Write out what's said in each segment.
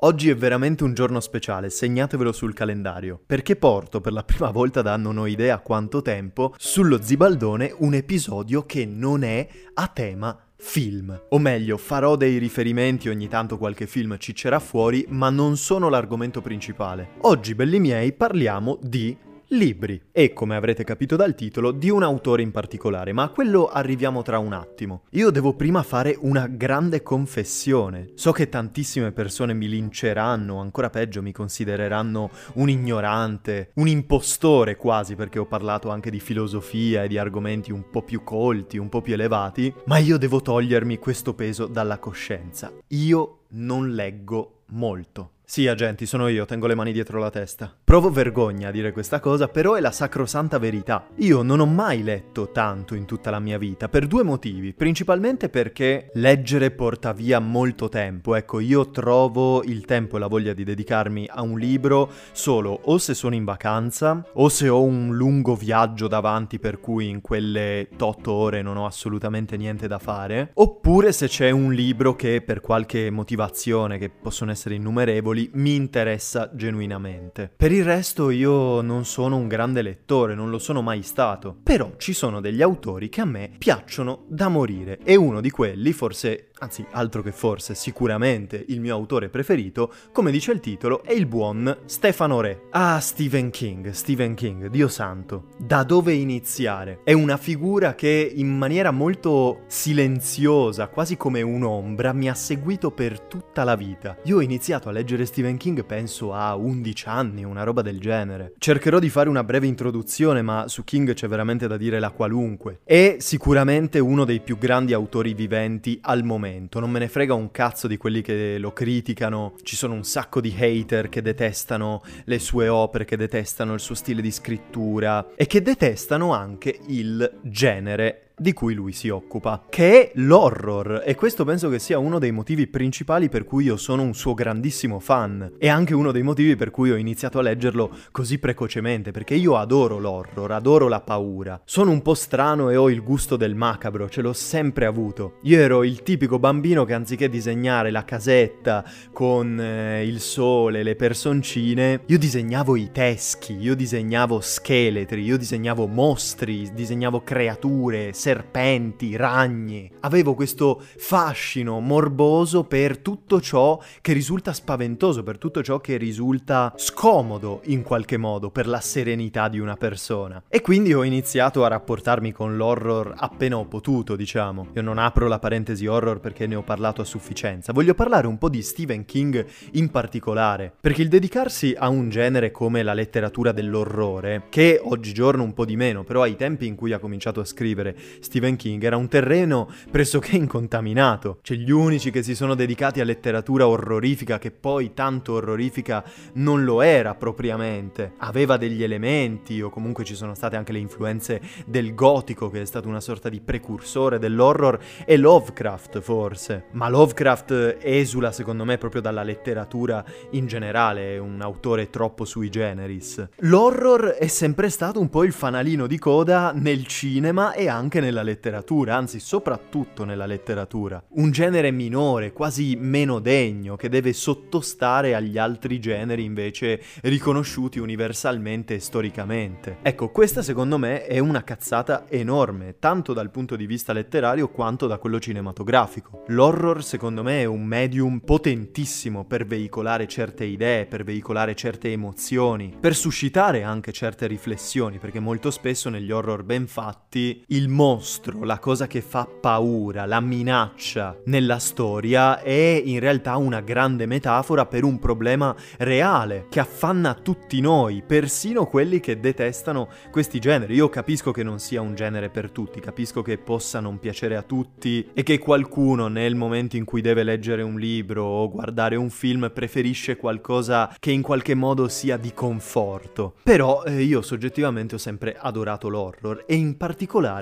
Oggi è veramente un giorno speciale, segnatevelo sul calendario, perché porto per la prima volta da non ho idea quanto tempo sullo Zibaldone un episodio che non è a tema film. O meglio, farò dei riferimenti, ogni tanto qualche film ciccerà fuori, ma non sono l'argomento principale. Oggi, belli miei, parliamo di libri e, come avrete capito dal titolo, di un autore in particolare, ma a quello arriviamo tra un attimo. Io devo prima fare una grande confessione. So che tantissime persone mi linceranno, ancora peggio mi considereranno un ignorante, un impostore quasi, perché ho parlato anche di filosofia e di argomenti un po' più colti, un po' più elevati, ma io devo togliermi questo peso dalla coscienza. Io non leggo molto. Sì, agenti, sono io, tengo le mani dietro la testa. Provo vergogna a dire questa cosa, però è la sacrosanta verità. Io non ho mai letto tanto in tutta la mia vita, per due motivi. Principalmente perché leggere porta via molto tempo. Ecco, io trovo il tempo e la voglia di dedicarmi a un libro solo o se sono in vacanza, o se ho un lungo viaggio davanti per cui in quelle 8 ore non ho assolutamente niente da fare, oppure se c'è un libro che per qualche motivazione, che possono essere innumerevoli, mi interessa genuinamente. Per il resto io non sono un grande lettore, non lo sono mai stato, però ci sono degli autori che a me piacciono da morire e uno di quelli, forse, anzi altro che forse, sicuramente il mio autore preferito, come dice il titolo, è il buon Stefano Re. Ah, Stephen King, Dio santo. Da dove iniziare? È una figura che in maniera molto silenziosa, quasi come un'ombra, mi ha seguito per tutta la vita. Io ho iniziato a leggere Stephen King penso a 11 anni, una roba del genere. Cercherò di fare una breve introduzione, ma su King c'è veramente da dire la qualunque. È sicuramente uno dei più grandi autori viventi al momento. Non me ne frega un cazzo di quelli che lo criticano. Ci sono un sacco di hater che detestano le sue opere, che detestano il suo stile di scrittura e che detestano anche il genere di cui lui si occupa, che è l'horror, e questo penso che sia uno dei motivi principali per cui io sono un suo grandissimo fan, e anche uno dei motivi per cui ho iniziato a leggerlo così precocemente, perché io adoro l'horror, adoro la paura. Sono un po' strano e ho il gusto del macabro, ce l'ho sempre avuto. Io ero il tipico bambino che anziché disegnare la casetta con il sole, le personcine, io disegnavo i teschi, io disegnavo scheletri, io disegnavo mostri, disegnavo creature, serpenti, ragni. Avevo questo fascino morboso per tutto ciò che risulta spaventoso, per tutto ciò che risulta scomodo in qualche modo per la serenità di una persona. E quindi ho iniziato a rapportarmi con l'horror appena ho potuto, diciamo. Io non apro la parentesi horror perché ne ho parlato a sufficienza. Voglio parlare un po' di Stephen King in particolare, perché il dedicarsi a un genere come la letteratura dell'orrore, che oggigiorno un po' di meno, però ai tempi in cui ha cominciato a scrivere Stephen King era un terreno pressoché incontaminato. Cioè gli unici che si sono dedicati a letteratura orrorifica, che poi tanto orrorifica non lo era propriamente. Aveva degli elementi, o comunque ci sono state anche le influenze del gotico, che è stato una sorta di precursore dell'horror, e Lovecraft forse. Ma Lovecraft esula secondo me proprio dalla letteratura in generale, è un autore troppo sui generis. L'horror è sempre stato un po' il fanalino di coda nel cinema e anche nella letteratura, anzi soprattutto nella letteratura. Un genere minore, quasi meno degno, che deve sottostare agli altri generi invece riconosciuti universalmente e storicamente. Ecco, questa secondo me è una cazzata enorme, tanto dal punto di vista letterario quanto da quello cinematografico. L'horror secondo me è un medium potentissimo per veicolare certe idee, per veicolare certe emozioni, per suscitare anche certe riflessioni, perché molto spesso negli horror ben fatti il mostro, la cosa che fa paura, la minaccia nella storia è in realtà una grande metafora per un problema reale che affanna tutti noi, persino quelli che detestano questi generi. Io capisco che non sia un genere per tutti, capisco che possa non piacere a tutti e che qualcuno nel momento in cui deve leggere un libro o guardare un film preferisce qualcosa che in qualche modo sia di conforto. Però io soggettivamente ho sempre adorato l'horror e in particolare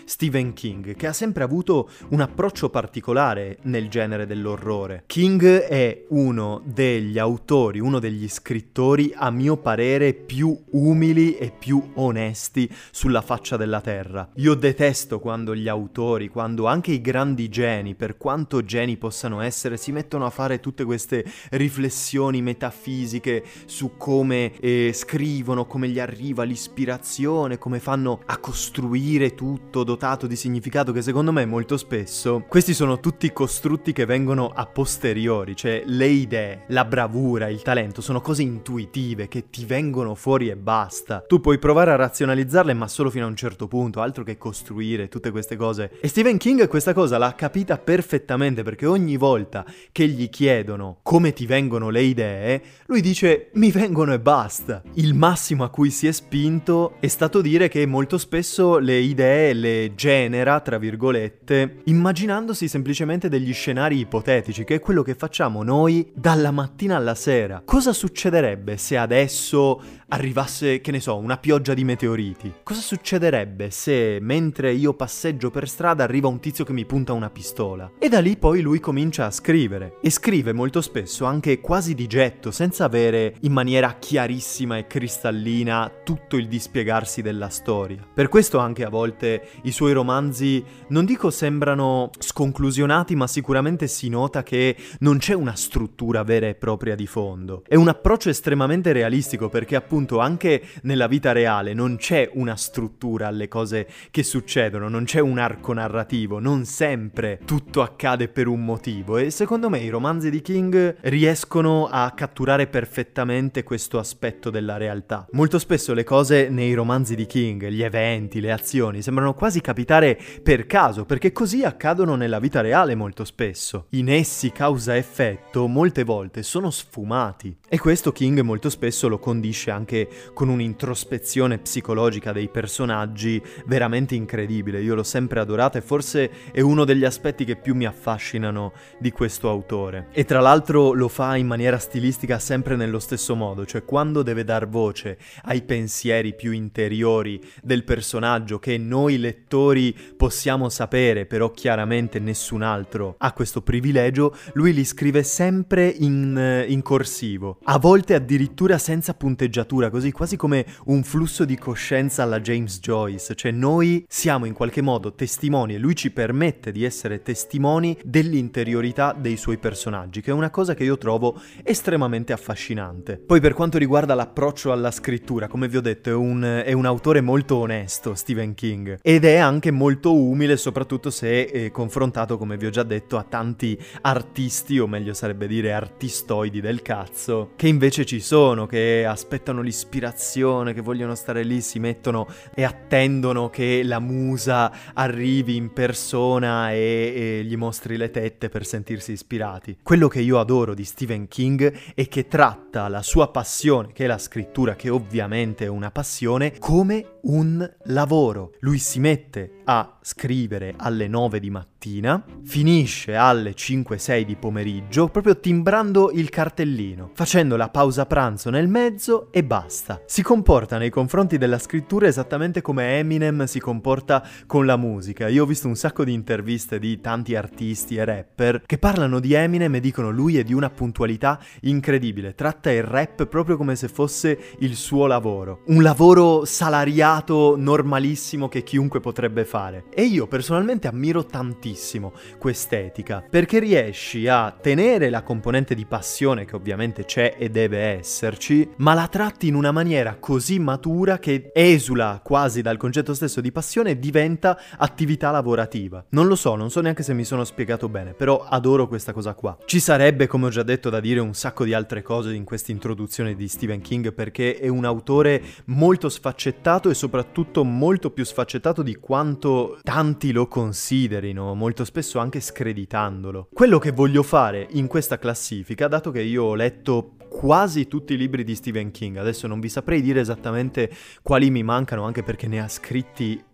Stephen King, che ha sempre avuto un approccio particolare nel genere dell'orrore. King è uno degli autori, uno degli scrittori, a mio parere, più umili e più onesti sulla faccia della terra. Io detesto quando gli autori, quando anche i grandi geni, per quanto geni possano essere, si mettono a fare tutte queste riflessioni metafisiche su come scrivono, come gli arriva l'ispirazione, come fanno a costruire tutto dotato di significato, che secondo me molto spesso questi sono tutti costrutti che vengono a posteriori, cioè le idee, la bravura, il talento sono cose intuitive che ti vengono fuori e basta. Tu puoi provare a razionalizzarle, ma solo fino a un certo punto, altro che costruire tutte queste cose. E Stephen King questa cosa l'ha capita perfettamente, perché ogni volta che gli chiedono come ti vengono le idee, lui dice mi vengono e basta. Il massimo a cui si è spinto è stato dire che molto spesso le idee le genera, tra virgolette, immaginandosi semplicemente degli scenari ipotetici, che è quello che facciamo noi dalla mattina alla sera. Cosa succederebbe se adesso arrivasse, che ne so, una pioggia di meteoriti? Cosa succederebbe se mentre io passeggio per strada arriva un tizio che mi punta una pistola? E da lì poi lui comincia a scrivere, e scrive molto spesso anche quasi di getto, senza avere in maniera chiarissima e cristallina tutto il dispiegarsi della storia. Per questo anche a volte i suoi romanzi, non dico sembrano sconclusionati, ma sicuramente si nota che non c'è una struttura vera e propria di fondo. È un approccio estremamente realistico, perché appunto anche nella vita reale non c'è una struttura alle cose che succedono, non c'è un arco narrativo, non sempre tutto accade per un motivo, e secondo me i romanzi di King riescono a catturare perfettamente questo aspetto della realtà. Molto spesso le cose nei romanzi di King, gli eventi, le azioni, sembrano quasi capitare per caso, perché così accadono nella vita reale molto spesso. I nessi causa-effetto molte volte sono sfumati, e questo King molto spesso lo condisce anche con un'introspezione psicologica dei personaggi veramente incredibile. Io l'ho sempre adorata e forse è uno degli aspetti che più mi affascinano di questo autore. E tra l'altro lo fa in maniera stilistica sempre nello stesso modo, cioè quando deve dar voce ai pensieri più interiori del personaggio, che noi lettori possiamo sapere, però chiaramente nessun altro ha questo privilegio, lui li scrive sempre in corsivo, a volte addirittura senza punteggiatura, così quasi come un flusso di coscienza alla James Joyce, cioè noi siamo in qualche modo testimoni, e lui ci permette di essere testimoni dell'interiorità dei suoi personaggi, che è una cosa che io trovo estremamente affascinante. Poi per quanto riguarda l'approccio alla scrittura, come vi ho detto, è un autore molto onesto, Stephen King, ed è anche molto umile, soprattutto se confrontato, come vi ho già detto, a tanti artisti, o meglio sarebbe dire artistoidi del cazzo, che invece ci sono, che aspettano l'ispirazione, che vogliono stare lì, si mettono e attendono che la musa arrivi in persona e gli mostri le tette per sentirsi ispirati. Quello che io adoro di Stephen King è che tratta la sua passione, che è la scrittura, che ovviamente è una passione, come un lavoro. Lui si mette a scrivere alle 9 di mattina, finisce alle 5-6 di pomeriggio, proprio timbrando il cartellino, facendo la pausa pranzo nel mezzo e basta. Si comporta nei confronti della scrittura esattamente come Eminem si comporta con la musica. Io ho visto un sacco di interviste di tanti artisti e rapper che parlano di Eminem e dicono lui è di una puntualità incredibile, tratta il rap proprio come se fosse il suo lavoro, un lavoro salariato normalissimo che chiunque potrebbe fare. E io personalmente ammiro tantissimo quest'etica, perché riesci a tenere la componente di passione, che ovviamente c'è e deve esserci, ma la tratti in una maniera così matura che esula quasi dal concetto stesso di passione e diventa attività lavorativa. Non lo so, non so neanche se mi sono spiegato bene, però adoro questa cosa qua. Ci sarebbe, come ho già detto, da dire un sacco di altre cose in questa introduzione di Stephen King, perché è un autore molto sfaccettato e soprattutto molto più sfaccettato di quanto tanti lo considerino, molto spesso anche screditandolo. Quello che voglio fare in questa classifica, dato che io ho letto quasi tutti i libri di Stephen King, adesso non vi saprei dire esattamente quali mi mancano, anche perché ne ha scritti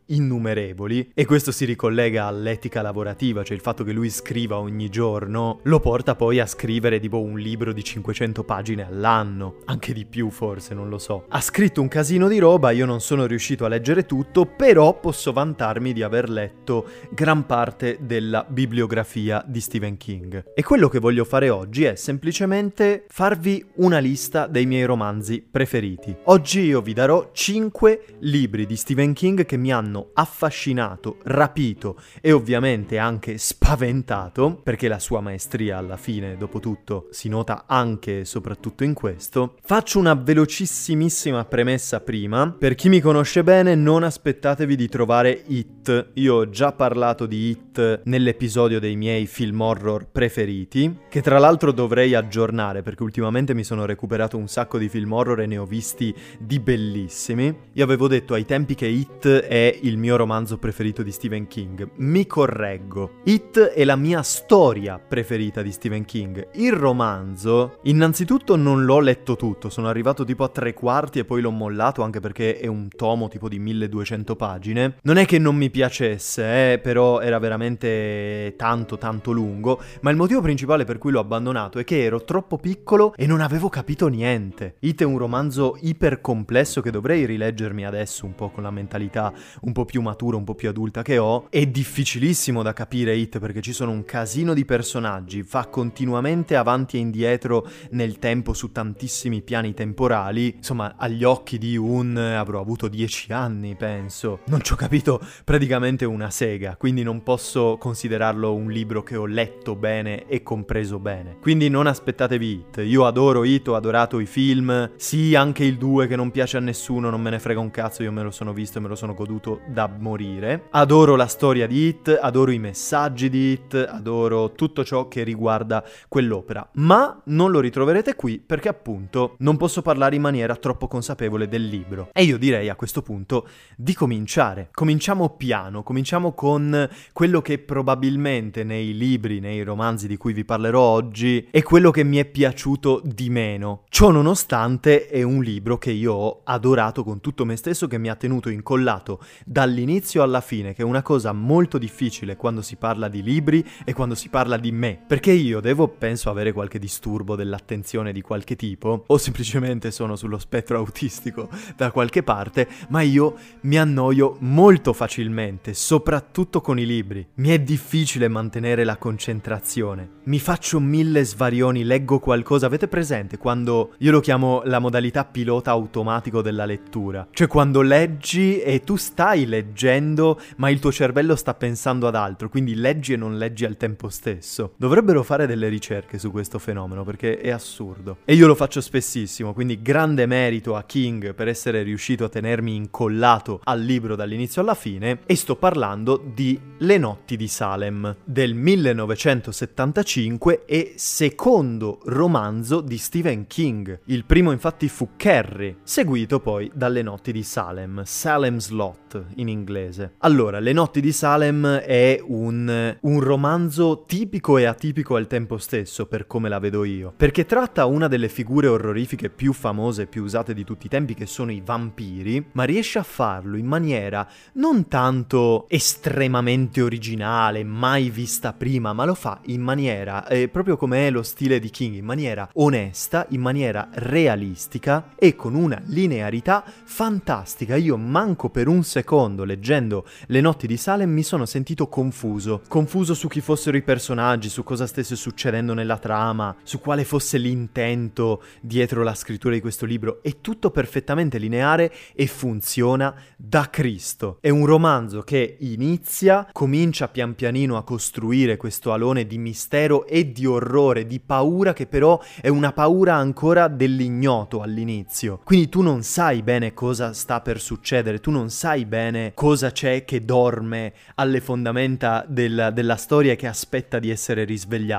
innumerevoli, e questo si ricollega all'etica lavorativa, cioè il fatto che lui scriva ogni giorno lo porta poi a scrivere tipo un libro di 500 pagine all'anno, anche di più forse, non lo so. Ha scritto un casino di roba, io non sono riuscito a leggere tutto, però posso vantarmi di aver letto gran parte della bibliografia di Stephen King. E quello che voglio fare oggi è semplicemente farvi una lista dei miei romanzi preferiti. Oggi io vi darò 5 libri di Stephen King che mi hanno affascinato, rapito e ovviamente anche spaventato, perché la sua maestria alla fine, dopo tutto, si nota anche e soprattutto in questo. Faccio una velocissimissima premessa prima. Per chi mi conosce bene, non aspettatevi di trovare It. Io ho già parlato di It nell'episodio dei miei film horror preferiti, che tra l'altro dovrei aggiornare perché ultimamente mi sono recuperato un sacco di film horror e ne ho visti di bellissimi. Io avevo detto ai tempi che It è il mio romanzo preferito di Stephen King. Mi correggo. It è la mia storia preferita di Stephen King. Il romanzo, innanzitutto non l'ho letto tutto, sono arrivato tipo a 3/4 e poi l'ho mollato anche perché è un tomo tipo di 1200 pagine. Non è che non mi piacesse, però era veramente tanto lungo, ma il motivo principale per cui l'ho abbandonato è che ero troppo piccolo e non avevo capito niente. It è un romanzo iper complesso che dovrei rileggermi adesso un po' con la mentalità un po' più matura, un po' più adulta che ho. È difficilissimo da capire It perché ci sono un casino di personaggi, va continuamente avanti e indietro nel tempo su tantissimi piani temporali. Insomma, agli occhi di avrò avuto 10 anni, penso. Non ci ho capito praticamente una sega, quindi non posso considerarlo un libro che ho letto bene e compreso bene. Quindi non aspettatevi It. Io adoro It, ho adorato i film, sì, anche il 2 che non piace a nessuno, non me ne frega un cazzo, io me lo sono visto e me lo sono goduto da morire. Adoro la storia di It, adoro i messaggi di It, adoro tutto ciò che riguarda quell'opera, ma non lo ritroverete qui perché appunto non posso parlare in maniera troppo consapevole del libro. E io direi a questo punto di cominciare. Cominciamo piano, cominciamo con quello che probabilmente nei libri, nei romanzi di cui vi parlerò oggi è quello che mi è piaciuto di meno. Ciò nonostante è un libro che io ho adorato con tutto me stesso, che mi ha tenuto incollato dall'inizio alla fine, che è una cosa molto difficile quando si parla di libri e quando si parla di me, perché io penso avere qualche disturbo dell'attenzione di qualche tipo, o semplicemente sono sullo spettro autistico da qualche parte, ma io mi annoio molto facilmente, soprattutto con i libri. Mi è difficile mantenere la concentrazione, mi faccio 1000 svarioni, leggo qualcosa. Avete presente quando, io lo chiamo la modalità pilota automatico della lettura, cioè quando leggi e tu stai leggendo ma il tuo cervello sta pensando ad altro, quindi leggi e non leggi al tempo stesso. Dovrebbero fare delle ricerche su questo fenomeno perché è assurdo e io lo faccio spessissimo, quindi grande merito a King per essere riuscito a tenermi incollato al libro dall'inizio alla fine. E sto parlando di Le notti di Salem del 1975 e secondo romanzo di Stephen King. Il primo infatti fu Carrie, seguito poi dalle notti di Salem, Salem's Lot in inglese. Allora, Le notti di Salem è un romanzo tipico e atipico al tempo stesso per come la vedo io, perché tratta una delle figure orrorifiche più famose e più usate di tutti i tempi, che sono i vampiri, ma riesce a farlo in maniera non tanto estremamente originale, mai vista prima, ma lo fa in maniera, proprio come è lo stile di King, in maniera onesta, in maniera realistica e con una linearità fantastica. Io manco per un secondo leggendo Le notti di Salem mi sono sentito confuso su chi fossero i personaggi, su cosa stesse succedendo nella trama, su quale fosse l'intento dietro la scrittura di questo libro. È tutto perfettamente lineare e funziona da Cristo. È un romanzo che comincia pian pianino a costruire questo alone di mistero e di orrore, di paura, che però è una paura ancora dell'ignoto all'inizio. Quindi tu non sai bene cosa sta per succedere, tu non sai bene cosa c'è che dorme alle fondamenta della storia e che aspetta di essere risvegliato.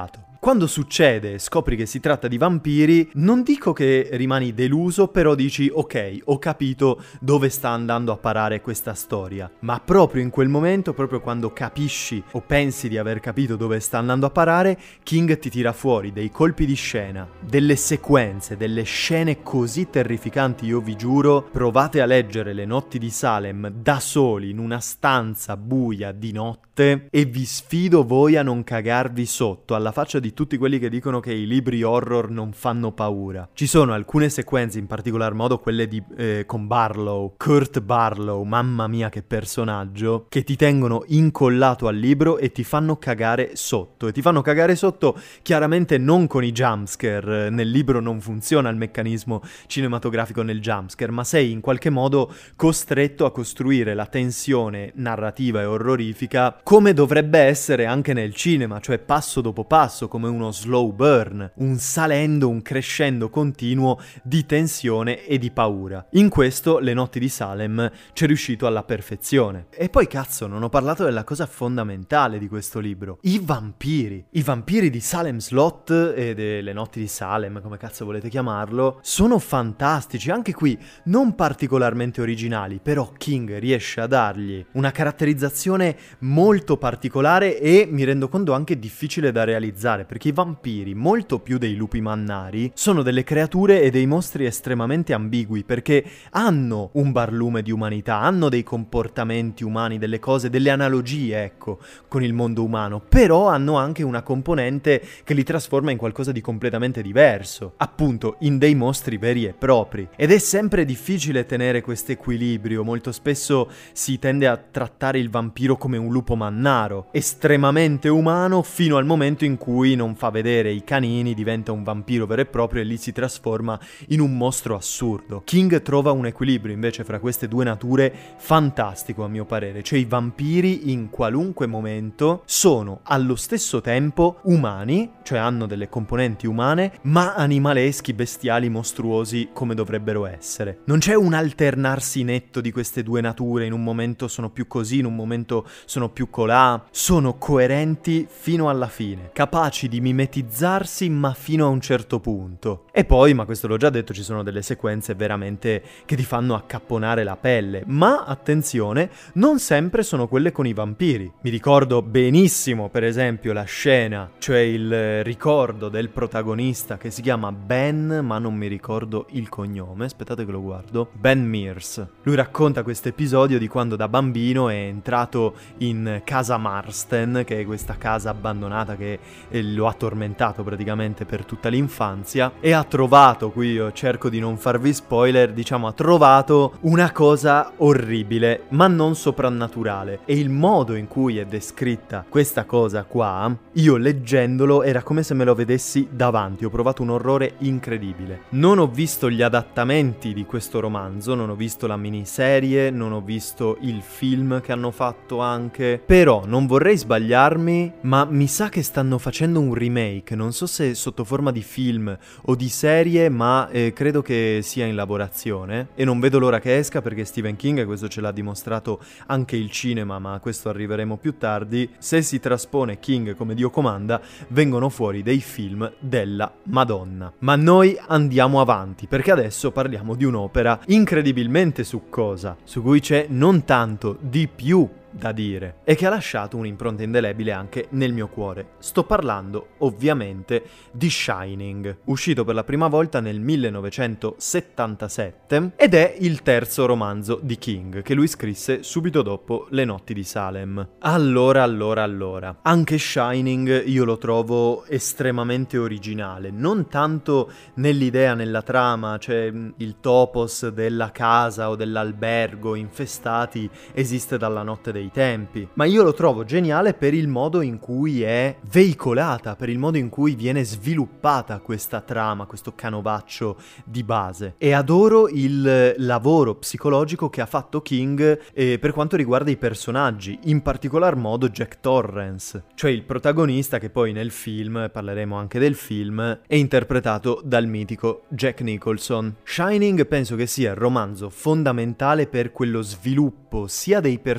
Quando succede, scopri che si tratta di vampiri, non dico che rimani deluso, però dici ok, ho capito dove sta andando a parare questa storia. Ma proprio in quel momento, proprio quando capisci o pensi di aver capito dove sta andando a parare, King ti tira fuori dei colpi di scena, delle sequenze, delle scene così terrificanti, io vi giuro, provate a leggere Le notti di Salem da soli in una stanza buia di notte e vi sfido voi a non cagarvi sotto, alla faccia di tutti quelli che dicono che i libri horror non fanno paura. Ci sono alcune sequenze, in particolar modo quelle con Barlow, Kurt Barlow, mamma mia che personaggio, che ti tengono incollato al libro e ti fanno cagare sotto. E ti fanno cagare sotto chiaramente non con i jumpscare, nel libro non funziona il meccanismo cinematografico nel jumpscare, ma sei in qualche modo costretto a costruire la tensione narrativa e orrorifica come dovrebbe essere anche nel cinema, cioè passo dopo passo, come uno slow burn, un salendo, un crescendo continuo di tensione e di paura. In questo Le notti di Salem c'è riuscito alla perfezione. E poi cazzo, non ho parlato della cosa fondamentale di questo libro: i vampiri. I vampiri di Salem's Lot e delle notti di Salem, come cazzo volete chiamarlo, sono fantastici, anche qui non particolarmente originali, però King riesce a dargli una caratterizzazione molto particolare e mi rendo conto anche difficile da realizzare, perché i vampiri, molto più dei lupi mannari, sono delle creature e dei mostri estremamente ambigui, perché hanno un barlume di umanità, hanno dei comportamenti umani, delle cose, delle analogie, ecco, con il mondo umano, però hanno anche una componente che li trasforma in qualcosa di completamente diverso, appunto in dei mostri veri e propri. Ed è sempre difficile tenere questo equilibrio, molto spesso si tende a trattare il vampiro come un lupo mannaro, estremamente umano fino al momento in cui non fa vedere i canini, diventa un vampiro vero e proprio e lì si trasforma in un mostro assurdo. King trova un equilibrio invece fra queste due nature fantastico a mio parere, cioè i vampiri in qualunque momento sono allo stesso tempo umani, cioè hanno delle componenti umane, ma animaleschi, bestiali, mostruosi come dovrebbero essere. Non c'è un alternarsi netto di queste due nature, in un momento sono più così, in un momento sono più colà, sono coerenti fino alla fine, capaci di mimetizzarsi ma fino a un certo punto. E poi, ma questo l'ho già detto, ci sono delle sequenze veramente che ti fanno accapponare la pelle, ma attenzione, non sempre sono quelle con i vampiri. Mi ricordo benissimo, per esempio, la scena, cioè il ricordo del protagonista che si chiama Ben, ma non mi ricordo il cognome, aspettate che lo guardo, Ben Mears. Lui racconta questo episodio di quando da bambino è entrato in casa Marston, che è questa casa abbandonata che lo ha tormentato praticamente per tutta l'infanzia, e ha trovato, qui io cerco di non farvi spoiler, diciamo ha trovato una cosa orribile, ma non soprannaturale, e il modo in cui è descritta questa cosa qua, io leggendolo era come se me lo vedessi davanti, ho provato un orrore incredibile. Non ho visto gli adattamenti di questo romanzo, non ho visto la miniserie, non ho visto il film che hanno fatto anche, però non vorrei sbagliarmi, ma mi sa che stanno facendo un remake, non so se sotto forma di film o di serie, ma credo che sia in lavorazione e non vedo l'ora che esca, perché Stephen King, questo ce l'ha dimostrato anche il cinema, ma a questo arriveremo più tardi, se si traspone King come Dio comanda, vengono fuori dei film della Madonna. Ma noi andiamo avanti, perché adesso parliamo di un'opera incredibilmente succosa, su cui c'è non tanto di più da dire e che ha lasciato un'impronta indelebile anche nel mio cuore. Sto parlando ovviamente di Shining, uscito per la prima volta nel 1977 ed è il terzo romanzo di King che lui scrisse subito dopo Le notti di Salem. Allora, anche Shining io lo trovo estremamente originale, non tanto nell'idea, nella trama, cioè il topos della casa o dell'albergo infestati esiste dalla notte dei tempi, ma io lo trovo geniale per il modo in cui è veicolata, per il modo in cui viene sviluppata questa trama, questo canovaccio di base, e adoro il lavoro psicologico che ha fatto King per quanto riguarda i personaggi, in particolar modo Jack Torrance, cioè il protagonista che poi nel film, parleremo anche del film, è interpretato dal mitico Jack Nicholson. Shining penso che sia il romanzo fondamentale per quello sviluppo sia dei personaggi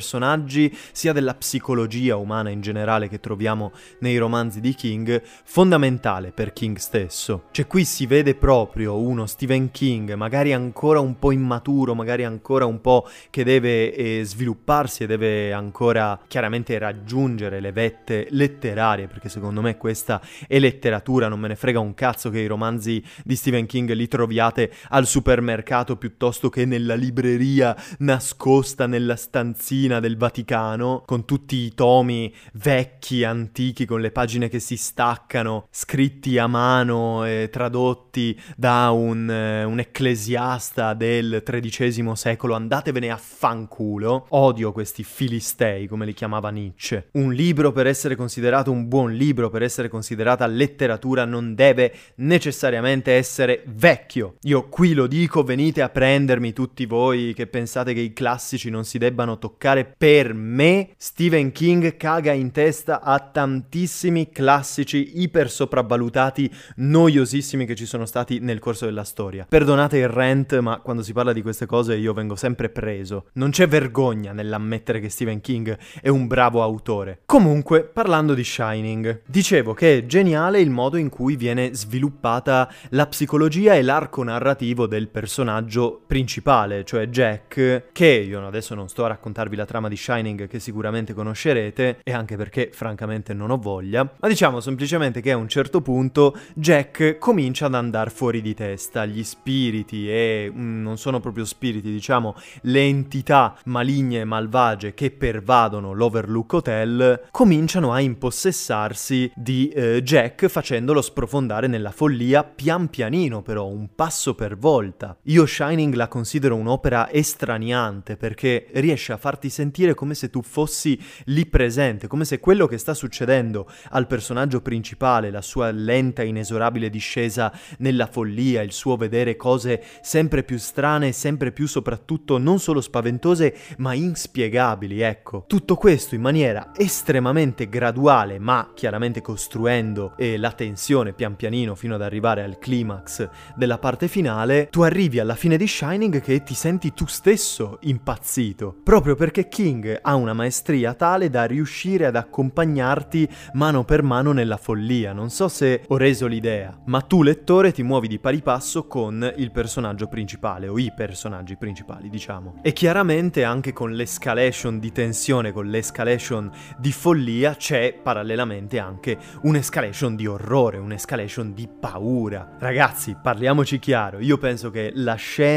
personaggi, sia della psicologia umana in generale che troviamo nei romanzi di King, fondamentale per King stesso. Cioè qui si vede proprio uno Stephen King magari ancora un po' immaturo, magari ancora un po' che deve svilupparsi e deve ancora chiaramente raggiungere le vette letterarie, perché secondo me questa è letteratura, non me ne frega un cazzo che i romanzi di Stephen King li troviate al supermercato piuttosto che nella libreria nascosta nella stanzina del Vaticano, con tutti i tomi vecchi, antichi, con le pagine che si staccano, scritti a mano e tradotti da un ecclesiasta del XIII secolo. Andatevene a fanculo. Odio questi filistei, come li chiamava Nietzsche. Un libro, per essere considerato un buon libro, per essere considerata letteratura, non deve necessariamente essere vecchio. Io qui lo dico, venite a prendermi tutti voi che pensate che i classici non si debbano toccare. Per me Stephen King caga in testa a tantissimi classici iper sopravvalutati, noiosissimi che ci sono stati nel corso della storia. Perdonate il rant, ma quando si parla di queste cose io vengo sempre preso. Non c'è vergogna nell'ammettere che Stephen King è un bravo autore. Comunque, parlando di Shining, dicevo che è geniale il modo in cui viene sviluppata la psicologia e l'arco narrativo del personaggio principale, cioè Jack, che io adesso non sto a raccontarvi la trama di Shining, che sicuramente conoscerete, e anche perché francamente non ho voglia, ma diciamo semplicemente che a un certo punto Jack comincia ad andare fuori di testa. Gli spiriti e non sono proprio spiriti, diciamo le entità maligne e malvagie che pervadono l'Overlook Hotel cominciano a impossessarsi di Jack, facendolo sprofondare nella follia pian pianino, però un passo per volta. Io Shining la considero un'opera estraniante perché riesce a farti sentire come se tu fossi lì presente, come se quello che sta succedendo al personaggio principale, la sua lenta inesorabile discesa nella follia, il suo vedere cose sempre più strane, sempre più soprattutto non solo spaventose ma inspiegabili, ecco. Tutto questo in maniera estremamente graduale, ma chiaramente costruendo la tensione pian pianino fino ad arrivare al climax della parte finale. Tu arrivi alla fine di Shining che ti senti tu stesso impazzito, proprio perché King ha una maestria tale da riuscire ad accompagnarti mano per mano nella follia. Non so se ho reso l'idea, ma tu lettore ti muovi di pari passo con il personaggio principale o i personaggi principali, diciamo. E chiaramente anche con l'escalation di tensione, con l'escalation di follia c'è parallelamente anche un'escalation di orrore, un'escalation di paura. Ragazzi, parliamoci chiaro, io penso che la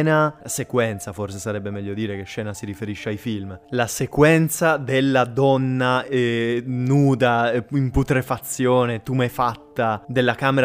sequenza, forse sarebbe meglio dire che scena si riferisce ai film, la sequenza della donna nuda, in putrefazione, tumefatta della camera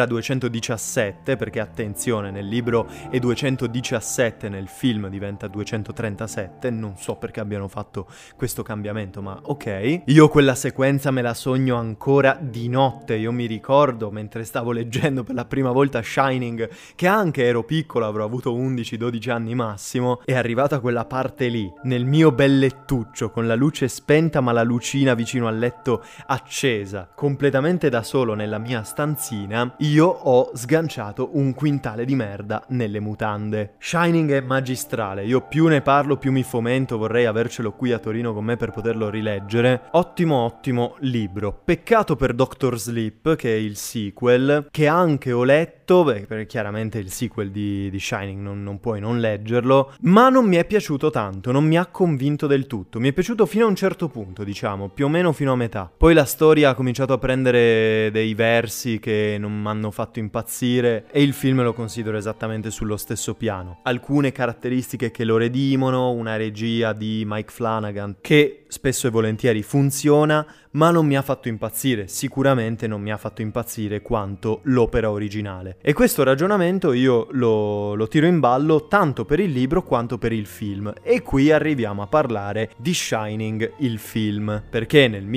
217, perché attenzione, nel libro è 217, nel film diventa 237, non so perché abbiano fatto questo cambiamento, ma ok. Io quella sequenza me la sogno ancora di notte. Io mi ricordo mentre stavo leggendo per la prima volta Shining, che anche ero piccolo, avrò avuto 11-12 anni massimo, è arrivata quella parte lì, nel mio bel lettuccio, con la luce spenta ma la lucina vicino al letto accesa, completamente da solo nella mia stanzina, io ho sganciato un quintale di merda nelle mutande. Shining è magistrale, io più ne parlo più mi fomento, vorrei avercelo qui a Torino con me per poterlo rileggere. Ottimo libro. Peccato per Doctor Sleep, che è il sequel, che anche ho letto, perché chiaramente il sequel di Shining non puoi non leggerlo, ma non mi è piaciuto tanto, non mi ha convinto del tutto. Mi è piaciuto fino a un certo punto, diciamo, più o meno fino a metà. Poi la storia ha cominciato a prendere dei versi che non mi hanno fatto impazzire e il film lo considero esattamente sullo stesso piano. Alcune caratteristiche che lo redimono, una regia di Mike Flanagan che spesso e volentieri funziona, ma non mi ha fatto impazzire, sicuramente non mi ha fatto impazzire quanto l'opera originale. E questo ragionamento io lo tiro in ballo tanto per il libro quanto per il film. E qui arriviamo a parlare di Shining, il film, perché nel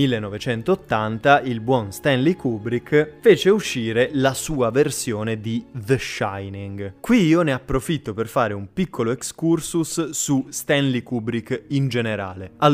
1980 il buon Stanley Kubrick fece uscire la sua versione di The Shining. Qui io ne approfitto per fare un piccolo excursus su Stanley Kubrick in generale. Allora, mi sembra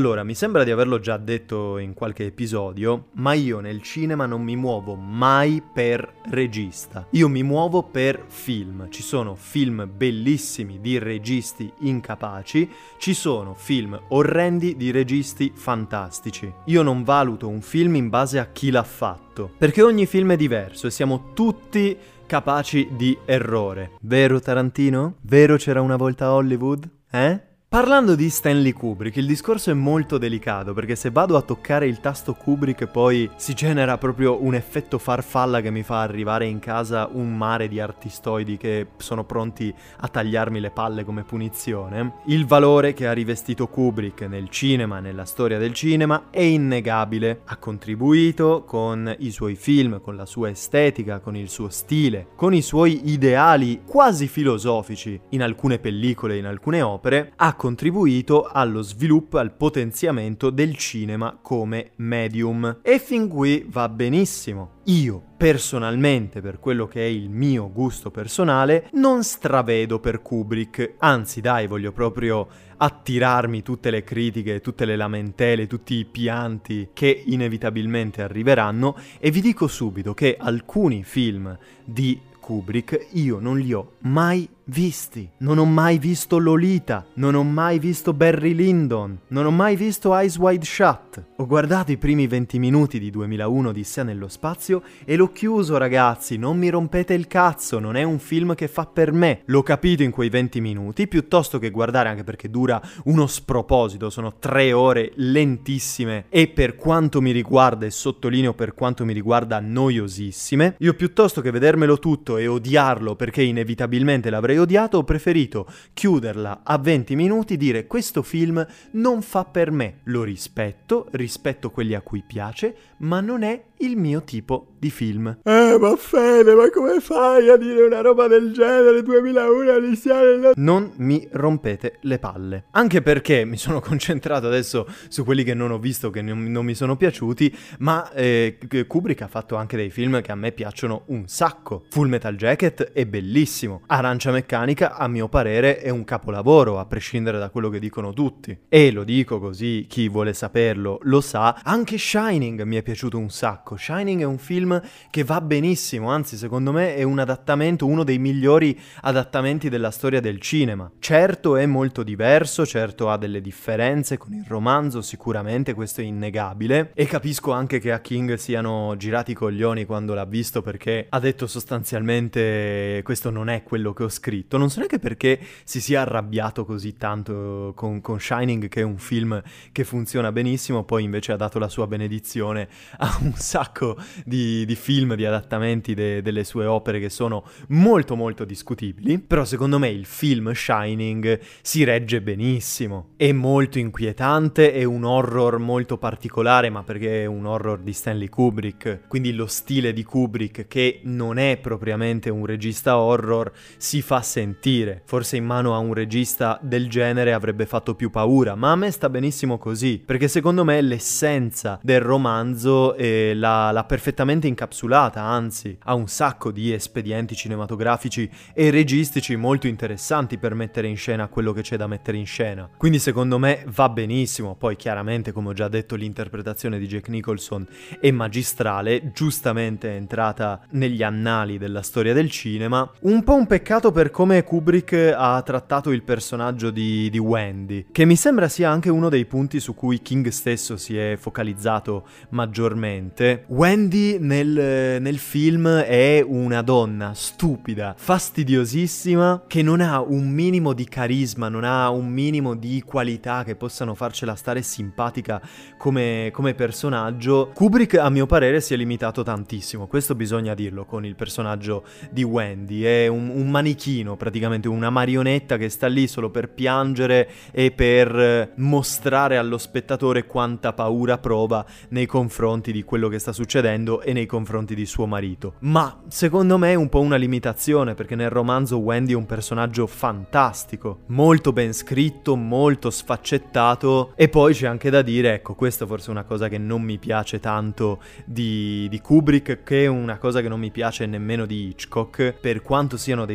sembra di averlo già detto in qualche episodio, ma io nel cinema non mi muovo mai per regista. Io mi muovo per film. Ci sono film bellissimi di registi incapaci, ci sono film orrendi di registi fantastici. Io non valuto un film in base a chi l'ha fatto, perché ogni film è diverso e siamo tutti capaci di errore. Vero Tarantino? Vero c'era una volta Hollywood? Parlando di Stanley Kubrick, il discorso è molto delicato perché se vado a toccare il tasto Kubrick poi si genera proprio un effetto farfalla che mi fa arrivare in casa un mare di artistoidi che sono pronti a tagliarmi le palle come punizione. Il valore che ha rivestito Kubrick nel cinema, nella storia del cinema, è innegabile. Ha contribuito con i suoi film, con la sua estetica, con il suo stile, con i suoi ideali quasi filosofici in alcune pellicole, in alcune opere, ha contribuito allo sviluppo, al potenziamento del cinema come medium. E fin qui va benissimo. Io, personalmente, per quello che è il mio gusto personale, non stravedo per Kubrick. Anzi, dai, voglio proprio attirarmi tutte le critiche, tutte le lamentele, tutti i pianti che inevitabilmente arriveranno e vi dico subito che alcuni film di Kubrick io non li ho mai visti. Non ho mai visto Lolita, non ho mai visto Barry Lyndon, non ho mai visto Eyes Wide Shut. Ho guardato i primi 20 minuti di 2001 Odissea nello spazio e l'ho chiuso, ragazzi, non mi rompete il cazzo, non è un film che fa per me. L'ho capito in quei 20 minuti, piuttosto che guardare, anche perché dura uno sproposito, sono 3 ore lentissime e per quanto mi riguarda, e sottolineo per quanto mi riguarda, noiosissime. Io piuttosto che vedermelo tutto e odiarlo perché inevitabilmente l'avrei odiato, ho preferito chiuderla a 20 minuti, dire questo film non fa per me, lo rispetto quelli a cui piace, ma non è il mio tipo di film. Ma Fede, ma come fai a dire una roba del genere? 2001 Odissea? Non mi rompete le palle. Anche perché mi sono concentrato adesso su quelli che non ho visto, che non mi sono piaciuti, ma Kubrick ha fatto anche dei film che a me piacciono un sacco. Full Metal Jacket è bellissimo. Arancia Meccanica, a mio parere, è un capolavoro, a prescindere da quello che dicono tutti. E lo dico così, chi vuole saperlo lo sa. Anche Shining mi è piaciuto un sacco. Shining è un film che va benissimo, anzi secondo me è un adattamento, uno dei migliori adattamenti della storia del cinema. Certo è molto diverso, certo ha delle differenze con il romanzo, sicuramente questo è innegabile, e capisco anche che a King siano girati i coglioni quando l'ha visto perché ha detto sostanzialmente questo non è quello che ho scritto. Non so neanche perché si sia arrabbiato così tanto con Shining, che è un film che funziona benissimo, poi invece ha dato la sua benedizione a un sacco di film, di adattamenti delle sue opere che sono molto molto discutibili. Però secondo me il film Shining si regge benissimo, è molto inquietante, è un horror molto particolare, ma perché è un horror di Stanley Kubrick, quindi lo stile di Kubrick, che non è propriamente un regista horror, si fa sentire. Forse in mano a un regista del genere avrebbe fatto più paura, ma a me sta benissimo così, perché secondo me l'essenza del romanzo l'ha perfettamente incapsulata, anzi ha un sacco di espedienti cinematografici e registici molto interessanti per mettere in scena quello che c'è da mettere in scena. Quindi secondo me va benissimo. Poi chiaramente, come ho già detto, l'interpretazione di Jack Nicholson è magistrale, giustamente è entrata negli annali della storia del cinema. Un po' un peccato per come Kubrick ha trattato il personaggio di Wendy, che mi sembra sia anche uno dei punti su cui King stesso si è focalizzato maggiormente. Wendy nel film è una donna stupida, fastidiosissima, che non ha un minimo di carisma, non ha un minimo di qualità che possano farcela stare simpatica come personaggio. Kubrick, a mio parere, si è limitato tantissimo, questo bisogna dirlo, con il personaggio di Wendy. È un manichino, praticamente una marionetta che sta lì solo per piangere e per mostrare allo spettatore quanta paura prova nei confronti di quello che sta succedendo e nei confronti di suo marito. Ma secondo me è un po' una limitazione, perché nel romanzo Wendy è un personaggio fantastico, molto ben scritto, molto sfaccettato. E poi c'è anche da dire, ecco, questa forse è una cosa che non mi piace tanto di Kubrick, che è una cosa che non mi piace nemmeno di Hitchcock, per quanto siano dei bravi registi.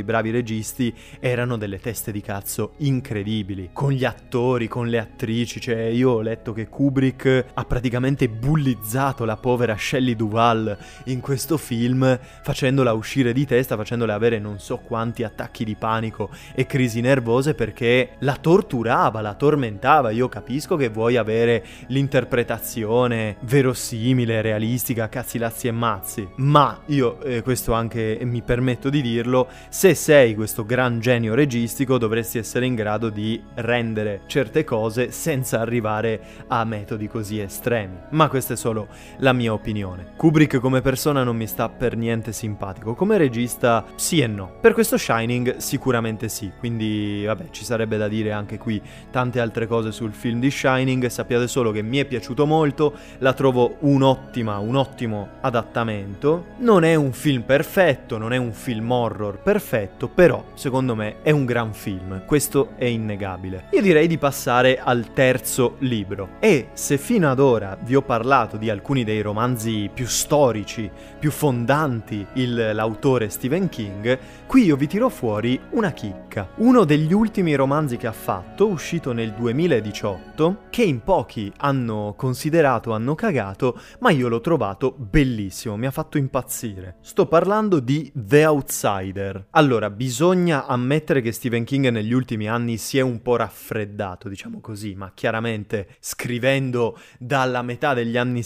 registi erano delle teste di cazzo incredibili, con gli attori, con le attrici. Cioè, io ho letto che Kubrick ha praticamente bullizzato la povera Shelley Duvall in questo film, facendola uscire di testa, facendola avere non so quanti attacchi di panico e crisi nervose, perché la torturava, la tormentava. Io capisco che vuoi avere l'interpretazione verosimile, realistica, cazzi, lazzi e mazzi, ma io questo anche mi permetto di dirlo, se sei questo gran genio registico dovresti essere in grado di rendere certe cose senza arrivare a metodi così estremi. Ma questa è solo la mia opinione. Kubrick come persona non mi sta per niente simpatico, come regista sì e no. Per questo Shining sicuramente sì, quindi vabbè, ci sarebbe da dire anche qui tante altre cose sul film di Shining. Sappiate solo che mi è piaciuto molto, la trovo un ottimo adattamento. Non è un film perfetto, non è un film horror perfetto, però secondo me è un gran film, questo è innegabile. Io direi di passare al terzo libro, e se fino ad ora vi ho parlato di alcuni dei romanzi più storici, più fondanti l'autore Stephen King, qui io vi tiro fuori una chicca. Uno degli ultimi romanzi che ha fatto, uscito nel 2018, che in pochi hanno considerato, hanno cagato, ma io l'ho trovato bellissimo, mi ha fatto impazzire. Sto parlando di The Outsider. Allora, bisogna ammettere che Stephen King negli ultimi anni si è un po' raffreddato, diciamo così, ma chiaramente scrivendo dalla metà degli anni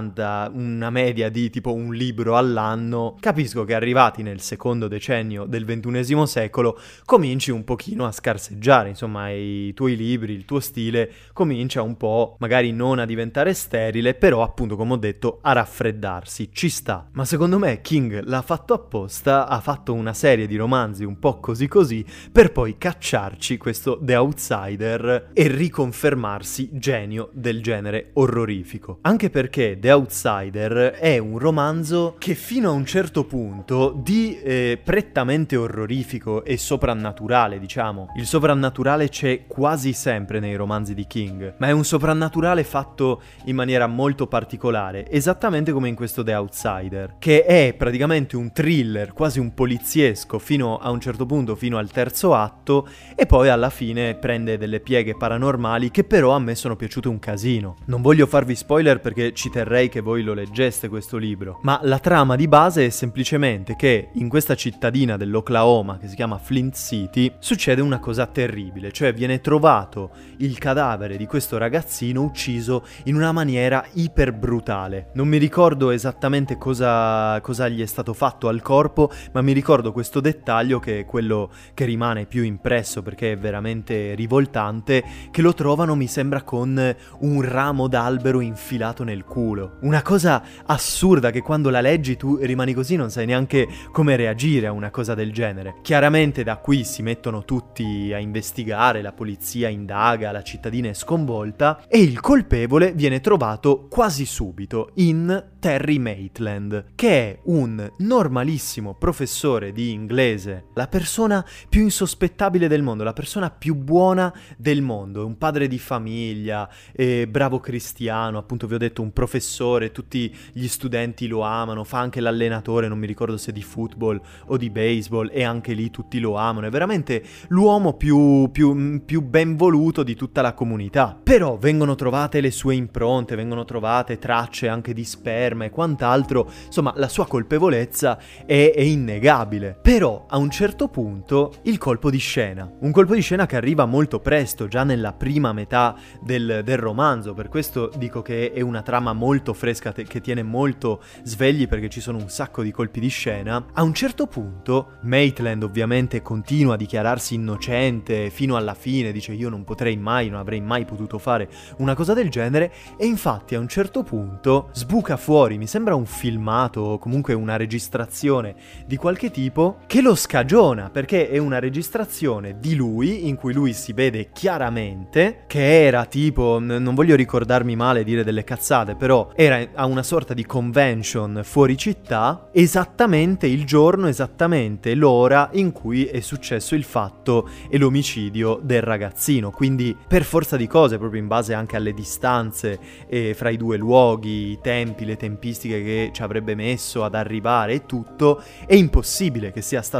70 una media di tipo un libro all'anno, capisco che arrivati nel secondo decennio del XXI secolo cominci un pochino a scarseggiare, insomma i tuoi libri, il tuo stile comincia un po', magari non a diventare sterile, però appunto come ho detto a raffreddarsi, ci sta. Ma secondo me King l'ha fatto apposta, ha fatto una serie di romanzi un po' così così per poi cacciarci questo The Outsider e riconfermarsi genio del genere orrorifico. Anche perché The Outsider è un romanzo che fino a un certo punto di prettamente orrorifico e soprannaturale, diciamo. Il soprannaturale c'è quasi sempre nei romanzi di King, ma è un soprannaturale fatto in maniera molto particolare, esattamente come in questo The Outsider, che è praticamente un thriller, quasi un poliziesco fino a un certo punto, fino al terzo atto, e poi alla fine prende delle pieghe paranormali che però a me sono piaciute un casino. Non voglio farvi spoiler perché ci terrei che voi lo leggeste questo libro, ma la trama di base è semplicemente che in questa cittadina dell'Oklahoma che si chiama Flint City succede una cosa terribile, cioè viene trovato il cadavere di questo ragazzino ucciso in una maniera iper brutale. Non mi ricordo esattamente cosa gli è stato fatto al corpo, ma mi ricordo questo dettaglio che è quello che rimane più impresso perché è veramente rivoltante, che lo trovano, mi sembra, con un ramo d'albero infilato nel culo. Una cosa assurda che quando la leggi tu rimani così, non sai neanche come reagire a una cosa del genere. Chiaramente da qui si mettono tutti a investigare, la polizia indaga, la cittadina è sconvolta e il colpevole viene trovato quasi subito in Terry Maitland, che è un normalissimo professore di inglese, la persona più insospettabile del mondo, la persona più buona del mondo, un padre di famiglia, bravo cristiano, appunto vi ho detto un professore, tutti gli studenti lo amano, fa anche l'allenatore, non mi ricordo se di football o di baseball, e anche lì tutti lo amano, è veramente l'uomo più ben voluto di tutta la comunità. Però vengono trovate le sue impronte, vengono trovate tracce anche di sperma e quant'altro, insomma la sua colpevolezza è innegabile. Però a un certo punto il colpo di scena, un colpo di scena che arriva molto presto, già nella prima metà del romanzo, per questo dico che è una trama molto fresca che tiene molto svegli perché ci sono un sacco di colpi di scena. A un certo punto Maitland ovviamente continua a dichiararsi innocente fino alla fine, dice io non potrei mai, non avrei mai potuto fare una cosa del genere, e infatti a un certo punto sbuca fuori, mi sembra un filmato o comunque una registrazione di qualche tipo che lo scagiona, perché è una registrazione di lui in cui lui si vede chiaramente che era tipo, non voglio ricordarmi male, dire delle cazzate, però era a una sorta di convention fuori città, esattamente il giorno, esattamente l'ora in cui è successo il fatto e l'omicidio del ragazzino. Quindi per forza di cose, proprio in base anche alle distanze fra i due luoghi, i tempi, le tempistiche che ci avrebbe messo ad arrivare e tutto, è impossibile che sia stato lui.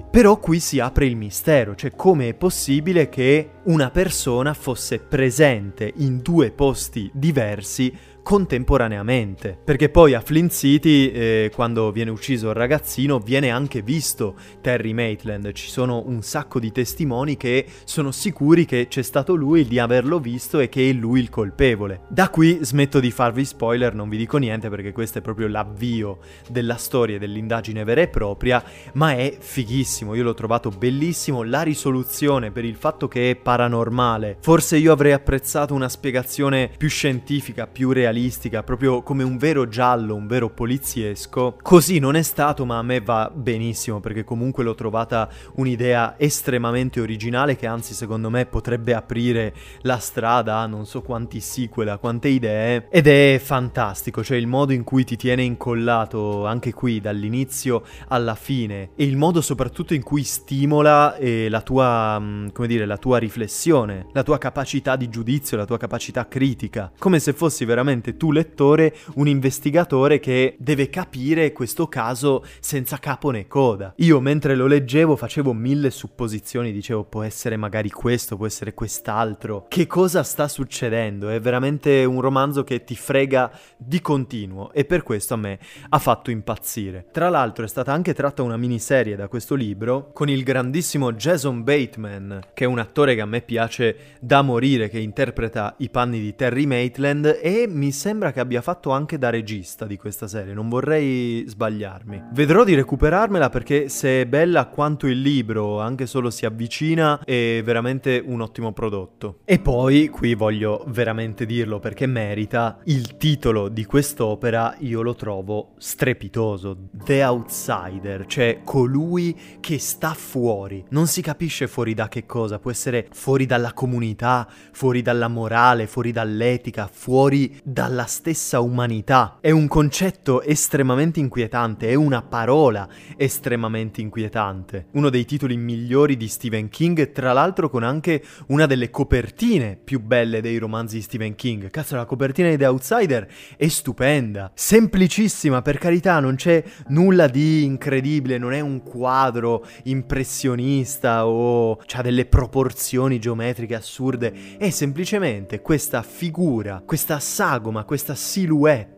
Però qui si apre il mistero, cioè come è possibile che una persona fosse presente in due posti diversi contemporaneamente, perché poi a Flint City, quando viene ucciso il ragazzino, viene anche visto Terry Maitland. Ci sono un sacco di testimoni che sono sicuri che c'è stato lui, di averlo visto e che è lui il colpevole. Da qui smetto di farvi spoiler, non vi dico niente perché questo è proprio l'avvio della storia, dell'indagine vera e propria, ma è fighissimo, io l'ho trovato bellissimo. La risoluzione, per il fatto che è paranormale, forse io avrei apprezzato una spiegazione più scientifica, più realistica, proprio come un vero giallo, un vero poliziesco. Così non è stato, ma a me va benissimo perché comunque l'ho trovata un'idea estremamente originale che anzi secondo me potrebbe aprire la strada a non so quanti sequel, a quante idee, ed è fantastico, cioè il modo in cui ti tiene incollato anche qui dall'inizio alla fine e il modo soprattutto in cui stimola la tua, come dire, la tua riflessione, la tua capacità di giudizio, la tua capacità critica, come se fossi veramente tu lettore, un investigatore che deve capire questo caso senza capo né coda. Io mentre lo leggevo facevo 1000 supposizioni, dicevo può essere magari questo, può essere quest'altro, che cosa sta succedendo? È veramente un romanzo che ti frega di continuo e per questo a me ha fatto impazzire. Tra l'altro è stata anche tratta una miniserie da questo libro con il grandissimo Jason Bateman, che è un attore che a me piace da morire, che interpreta i panni di Terry Maitland e mi sembra che abbia fatto anche da regista di questa serie, non vorrei sbagliarmi. Vedrò di recuperarmela perché se è bella quanto il libro, anche solo si avvicina, è veramente un ottimo prodotto. E poi, qui voglio veramente dirlo perché merita, il titolo di quest'opera io lo trovo strepitoso, The Outsider, cioè colui che sta fuori. Non si capisce fuori da che cosa, può essere fuori dalla comunità, fuori dalla morale, fuori dall'etica, fuori dalla stessa umanità. È un concetto estremamente inquietante, è una parola estremamente inquietante. Uno dei titoli migliori di Stephen King, tra l'altro con anche una delle copertine più belle dei romanzi di Stephen King. Cazzo, la copertina di The Outsider è stupenda, semplicissima, per carità, non c'è nulla di incredibile, non è un quadro impressionista o c'ha delle proporzioni geometriche assurde, è semplicemente questa figura, questa sagoma, questa silhouette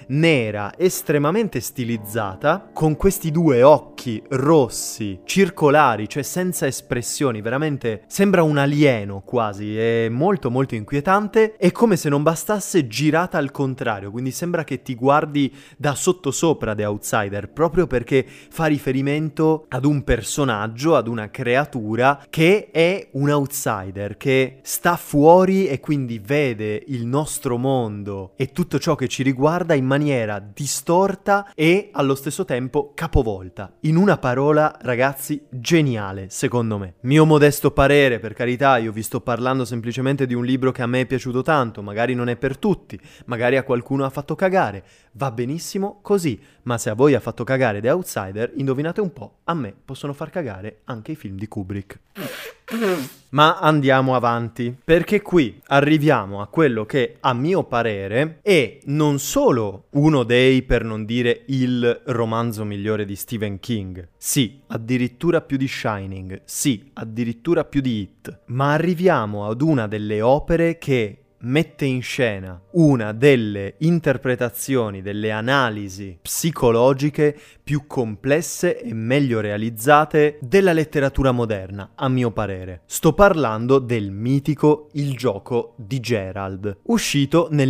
nera estremamente stilizzata con questi due occhi rossi circolari, cioè senza espressioni, veramente sembra un alieno quasi, è molto molto inquietante. È come se non bastasse girata al contrario, quindi sembra che ti guardi da sottosopra The Outsider, proprio perché fa riferimento ad un personaggio, ad una creatura che è un outsider, che sta fuori e quindi vede il nostro mondo e tutto ciò che ci riguarda in maniera distorta e allo stesso tempo capovolta. In una parola, ragazzi, geniale, secondo me. Mio modesto parere, per carità, io vi sto parlando semplicemente di un libro che a me è piaciuto tanto, magari non è per tutti, magari a qualcuno ha fatto cagare, va benissimo così, ma se a voi ha fatto cagare The Outsider, indovinate un po', a me possono far cagare anche i film di Kubrick. Ma andiamo avanti, perché qui arriviamo a quello che, a mio parere, è non solo uno dei, per non dire il romanzo migliore di Stephen King, sì, addirittura più di Shining, sì, addirittura più di It, ma arriviamo ad una delle opere che mette in scena una delle interpretazioni, delle analisi psicologiche più complesse e meglio realizzate della letteratura moderna, a mio parere. Sto parlando del mitico Il gioco di Gerald, uscito nel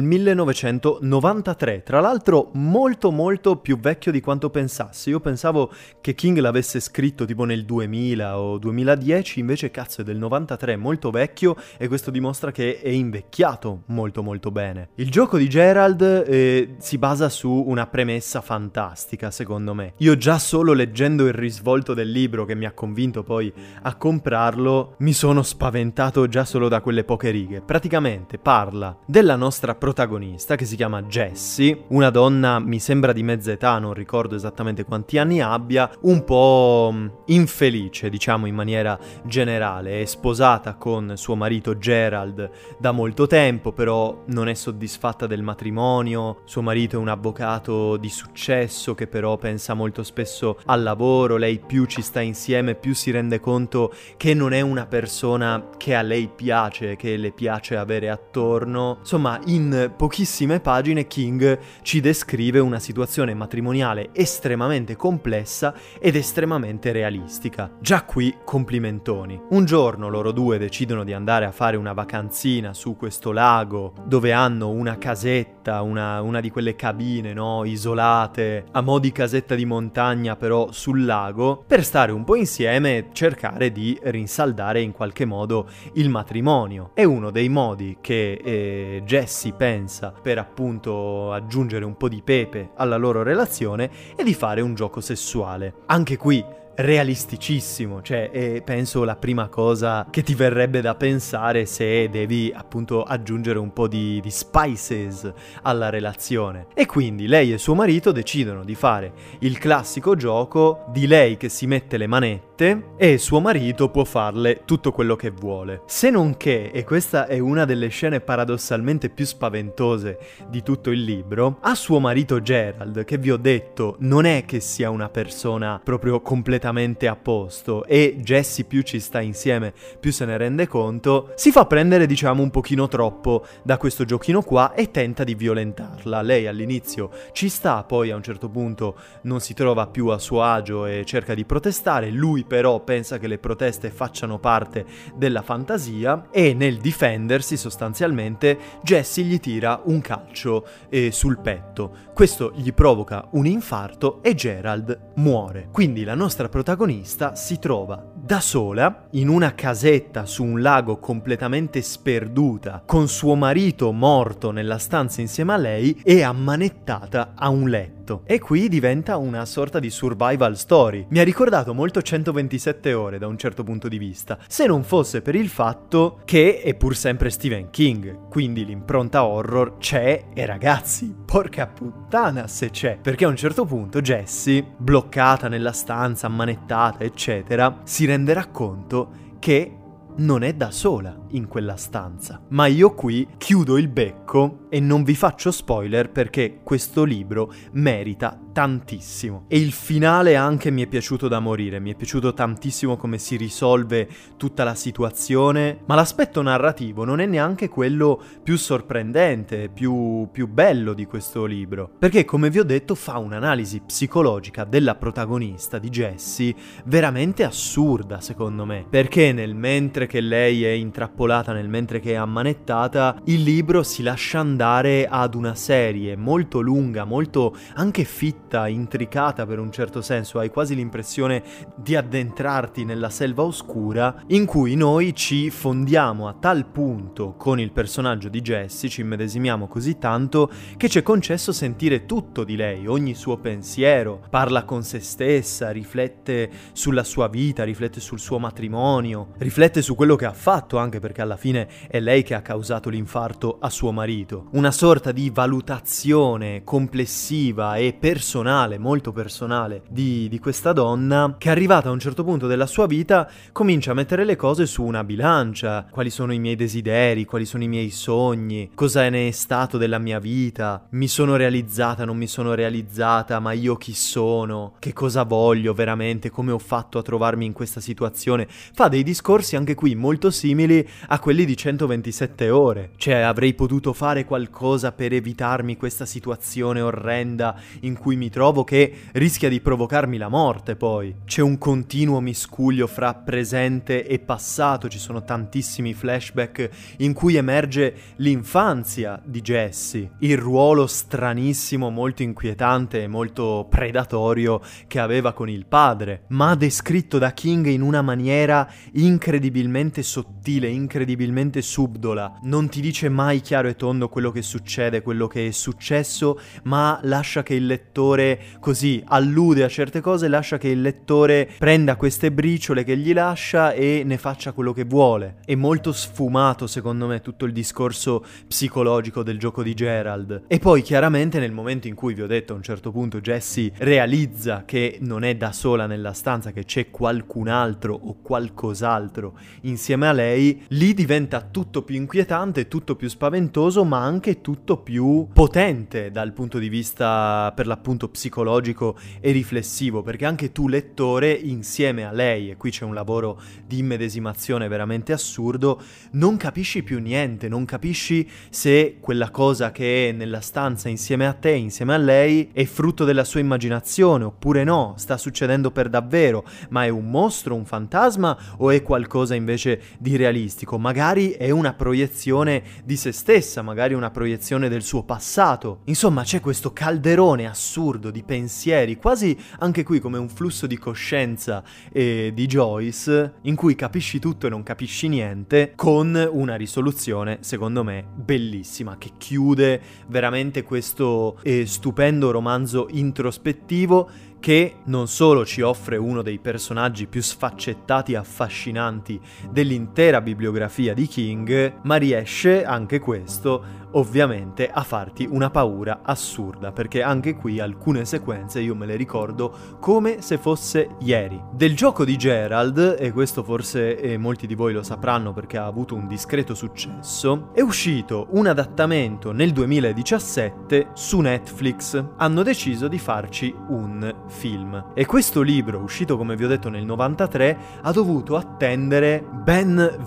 1993, tra l'altro molto molto più vecchio di quanto pensassi. Io pensavo che King l'avesse scritto tipo nel 2000 o 2010, invece cazzo è del 93, molto vecchio, e questo dimostra che è invecchiato molto molto bene. Il gioco di Gerald si basa su una premessa fantastica, secondo me. Io già solo leggendo il risvolto del libro, che mi ha convinto poi a comprarlo, mi sono spaventato già solo da quelle poche righe. Praticamente parla della nostra protagonista, che si chiama Jessie, una donna, mi sembra di mezza età, non ricordo esattamente quanti anni abbia, un po' infelice, diciamo in maniera generale. È sposata con suo marito Gerald da molto tempo, tempo, però non è soddisfatta del matrimonio. Suo marito è un avvocato di successo che però pensa molto spesso al lavoro. Lei più ci sta insieme, più si rende conto che non è una persona che a lei piace, che le piace avere attorno. Insomma, in pochissime pagine King ci descrive una situazione matrimoniale estremamente complessa ed estremamente realistica. Già qui complimentoni. Un giorno loro due decidono di andare a fare una vacanzina su questo lago dove hanno una casetta, una di quelle cabine, no, isolate, a mo' di casetta di montagna però sul lago, per stare un po' insieme e cercare di rinsaldare in qualche modo il matrimonio. È uno dei modi che Jessie pensa per appunto aggiungere un po' di pepe alla loro relazione e di fare un gioco sessuale. Anche qui realisticissimo, cioè è penso la prima cosa che ti verrebbe da pensare se devi appunto aggiungere un po' di spices alla relazione. E quindi lei e suo marito decidono di fare il classico gioco di lei che si mette le manette e suo marito può farle tutto quello che vuole. Se non che, e questa è una delle scene paradossalmente più spaventose di tutto il libro, a suo marito Gerald, che vi ho detto non è che sia una persona proprio completamente a posto, e Jessie più ci sta insieme più se ne rende conto, si fa prendere diciamo un pochino troppo da questo giochino qua e tenta di violentarla. Lei all'inizio ci sta, poi a un certo punto non si trova più a suo agio e cerca di protestare. Lui però pensa che le proteste facciano parte della fantasia e nel difendersi sostanzialmente Jessie gli tira un calcio sul petto. Questo gli provoca un infarto e Gerald muore. Quindi la nostra protagonista si trova da sola in una casetta su un lago completamente sperduta, con suo marito morto nella stanza insieme a lei e ammanettata a un letto. E qui diventa una sorta di survival story. Mi ha ricordato molto 127 ore da un certo punto di vista, se non fosse per il fatto che è pur sempre Stephen King, quindi l'impronta horror c'è e ragazzi, porca puttana se c'è, perché a un certo punto Jessie, bloccata nella stanza, ammanettata eccetera, si renderà conto che non è da sola in quella stanza. Ma io qui chiudo il becco e non vi faccio spoiler perché questo libro merita tantissimo. E il finale anche mi è piaciuto da morire, mi è piaciuto tantissimo come si risolve tutta la situazione, ma l'aspetto narrativo non è neanche quello più sorprendente, più bello di questo libro, perché come vi ho detto fa un'analisi psicologica della protagonista di Jessie veramente assurda secondo me, perché nel mentre che lei è intrappolata, nel mentre che è ammanettata, il libro si lascia andare ad una serie molto lunga, molto anche fitta, intricata per un certo senso, hai quasi l'impressione di addentrarti nella selva oscura, in cui noi ci fondiamo a tal punto con il personaggio di Jessie, ci immedesimiamo così tanto che ci è concesso sentire tutto di lei, ogni suo pensiero, parla con se stessa, riflette sulla sua vita, riflette sul suo matrimonio, riflette su quello che ha fatto, anche perché alla fine è lei che ha causato l'infarto a suo marito. Una sorta di valutazione complessiva e personale, molto personale di questa donna, che arrivata a un certo punto della sua vita comincia a mettere le cose su una bilancia. Quali sono i miei desideri, quali sono i miei sogni, cosa ne è stato della mia vita, mi sono realizzata, non mi sono realizzata, ma io chi sono, che cosa voglio veramente, come ho fatto a trovarmi in questa situazione. Fa dei discorsi anche qui molto simili a quelli di 127 ore, cioè avrei potuto fare qualcosa per evitarmi questa situazione orrenda in cui mi trovo, che rischia di provocarmi la morte. Poi c'è un continuo miscuglio fra presente e passato, ci sono tantissimi flashback in cui emerge l'infanzia di Jessie, il ruolo stranissimo, molto inquietante e molto predatorio che aveva con il padre, ma descritto da King in una maniera incredibilmente sottile, incredibilmente subdola. Non ti dice mai chiaro e tondo quello che succede, quello che è successo, ma lascia che il lettore l'autore così allude a certe cose, lascia che il lettore prenda queste briciole che gli lascia e ne faccia quello che vuole. È molto sfumato secondo me tutto il discorso psicologico del gioco di Gerald. E poi chiaramente nel momento in cui, vi ho detto, a un certo punto Jessie realizza che non è da sola nella stanza, che c'è qualcun altro o qualcos'altro insieme a lei, lì diventa tutto più inquietante, tutto più spaventoso, ma anche tutto più potente dal punto di vista per l'appunto psicologico e riflessivo, perché anche tu lettore insieme a lei, e qui c'è un lavoro di immedesimazione veramente assurdo, non capisci più niente, non capisci se quella cosa che è nella stanza insieme a te, insieme a lei, è frutto della sua immaginazione oppure no, sta succedendo per davvero, ma è un mostro, un fantasma o è qualcosa invece di realistico? Magari è una proiezione di se stessa, magari una proiezione del suo passato. Insomma, c'è questo calderone assurdo di pensieri, quasi anche qui come un flusso di coscienza di Joyce, in cui capisci tutto e non capisci niente, con una risoluzione, secondo me, bellissima, che chiude veramente questo stupendo romanzo introspettivo, che non solo ci offre uno dei personaggi più sfaccettati e affascinanti dell'intera bibliografia di King, ma riesce anche questo ovviamente a farti una paura assurda, perché anche qui alcune sequenze io me le ricordo come se fosse ieri. Del gioco di Gerald, e questo forse molti di voi lo sapranno perché ha avuto un discreto successo, è uscito un adattamento nel 2017 su Netflix. Hanno deciso di farci un film e questo libro, uscito come vi ho detto nel 93, ha dovuto attendere ben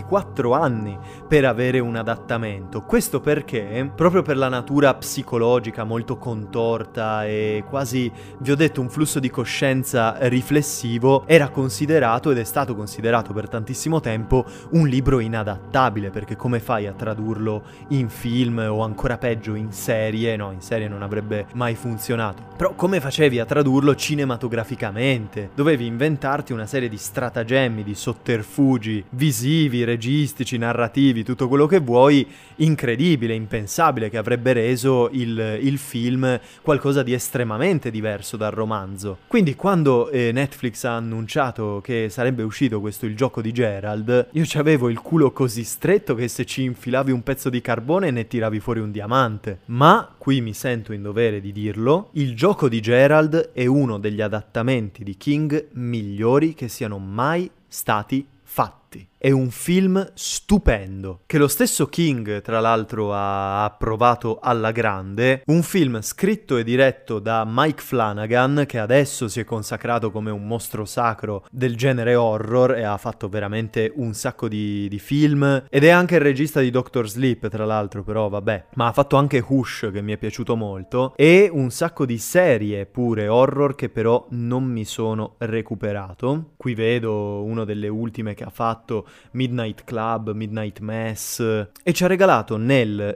24 anni per avere un adattamento. Questo perché, proprio per la natura psicologica molto contorta e quasi, vi ho detto, un flusso di coscienza riflessivo, era considerato ed è stato considerato per tantissimo tempo un libro inadattabile, perché come fai a tradurlo in film o ancora peggio in serie? No, in serie non avrebbe mai funzionato. Però come facevi a tradurlo cinematograficamente? Dovevi inventarti una serie di stratagemmi, di sotterfugi visivi, registici, narrativi, tutto quello che vuoi, incredibile, impensabile, che avrebbe reso il film qualcosa di estremamente diverso dal romanzo. Quindi quando Netflix ha annunciato che sarebbe uscito questo Il gioco di Gerald, io c'avevo il culo così stretto che se ci infilavi un pezzo di carbone ne tiravi fuori un diamante. Ma qui mi sento in dovere di dirlo, Il gioco di Gerald è uno degli adattamenti di King migliori che siano mai stati fatti. È un film stupendo, che lo stesso King, tra l'altro, ha approvato alla grande. Un film scritto e diretto da Mike Flanagan, che adesso si è consacrato come un mostro sacro del genere horror e ha fatto veramente un sacco di film. Ed è anche il regista di Doctor Sleep, tra l'altro, però vabbè. Ma ha fatto anche Hush, che mi è piaciuto molto, e un sacco di serie pure horror che però non mi sono recuperato. Qui vedo una delle ultime che ha fatto, Midnight Club, Midnight Mass, e ci ha regalato nel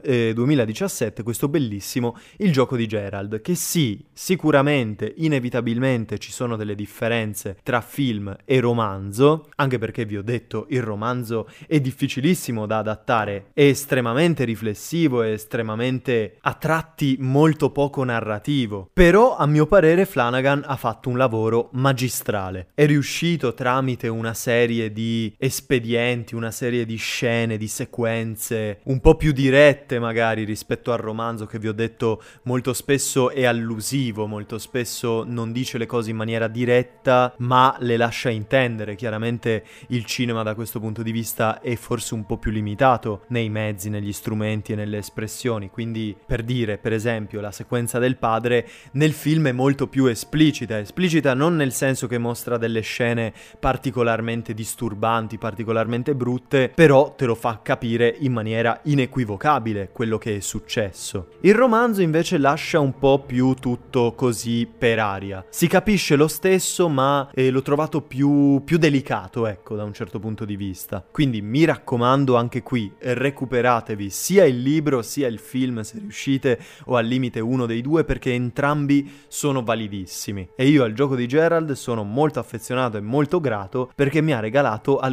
2017 questo bellissimo Il gioco di Gerald, che sì, sicuramente, inevitabilmente ci sono delle differenze tra film e romanzo, anche perché vi ho detto il romanzo è difficilissimo da adattare, è estremamente riflessivo, è estremamente a tratti molto poco narrativo, però a mio parere Flanagan ha fatto un lavoro magistrale, è riuscito tramite una serie di espedienti, una serie di scene, di sequenze un po' più dirette magari rispetto al romanzo, che vi ho detto molto spesso è allusivo, molto spesso non dice le cose in maniera diretta ma le lascia intendere. Chiaramente il cinema da questo punto di vista è forse un po' più limitato nei mezzi, negli strumenti e nelle espressioni, quindi per dire, per esempio, la sequenza del padre nel film è molto più esplicita non nel senso che mostra delle scene particolarmente disturbanti, particolarmente brutte, però te lo fa capire in maniera inequivocabile quello che è successo. Il romanzo invece lascia un po' più tutto così per aria. Si capisce lo stesso, ma l'ho trovato più delicato, ecco, da un certo punto di vista. Quindi mi raccomando, anche qui recuperatevi sia il libro sia il film se riuscite, o al limite uno dei due, perché entrambi sono validissimi. E io al gioco di Gerald sono molto affezionato e molto grato perché mi ha regalato alcuni degli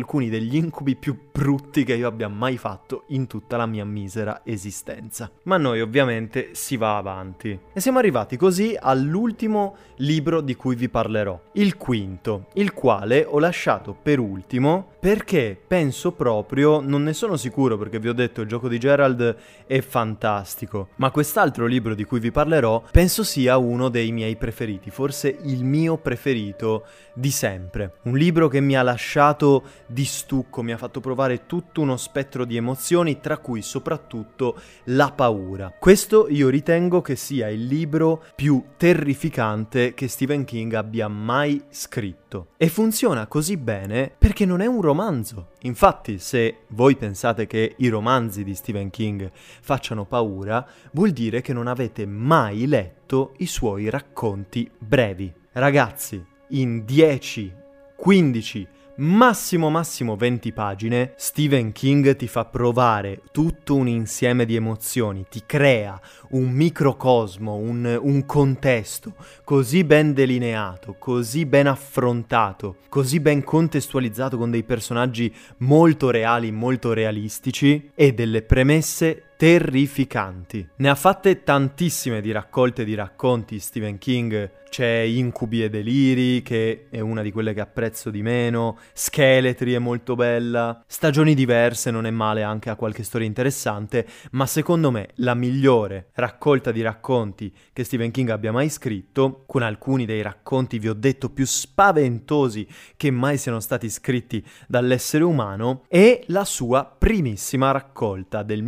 degli incubi più brutti che io abbia mai fatto in tutta la mia misera esistenza. Ma noi ovviamente si va avanti. E siamo arrivati così all'ultimo libro di cui vi parlerò, il quinto, il quale ho lasciato per ultimo perché penso proprio, non ne sono sicuro perché vi ho detto il gioco di Gerald è fantastico, ma quest'altro libro di cui vi parlerò penso sia uno dei miei preferiti, forse il mio preferito di sempre. Un libro che mi ha lasciato di stucco, mi ha fatto provare tutto uno spettro di emozioni, tra cui soprattutto la paura. Questo io ritengo che sia il libro più terrificante che Stephen King abbia mai scritto. E funziona così bene perché non è un romanzo. Infatti, se voi pensate che i romanzi di Stephen King facciano paura, vuol dire che non avete mai letto i suoi racconti brevi. Ragazzi, in 10, 15, massimo 20 pagine, Stephen King ti fa provare tutto un insieme di emozioni, ti crea un microcosmo, un contesto così ben delineato, così ben affrontato, così ben contestualizzato con dei personaggi molto reali, molto realistici e delle premesse terrificanti. Ne ha fatte tantissime di raccolte di racconti Stephen King. C'è Incubi e deliri, che è una di quelle che apprezzo di meno, Scheletri è molto bella, Stagioni diverse non è male, anche ha qualche storia interessante, ma secondo me la migliore raccolta di racconti che Stephen King abbia mai scritto, con alcuni dei racconti, vi ho detto, più spaventosi che mai siano stati scritti dall'essere umano, è la sua primissima raccolta del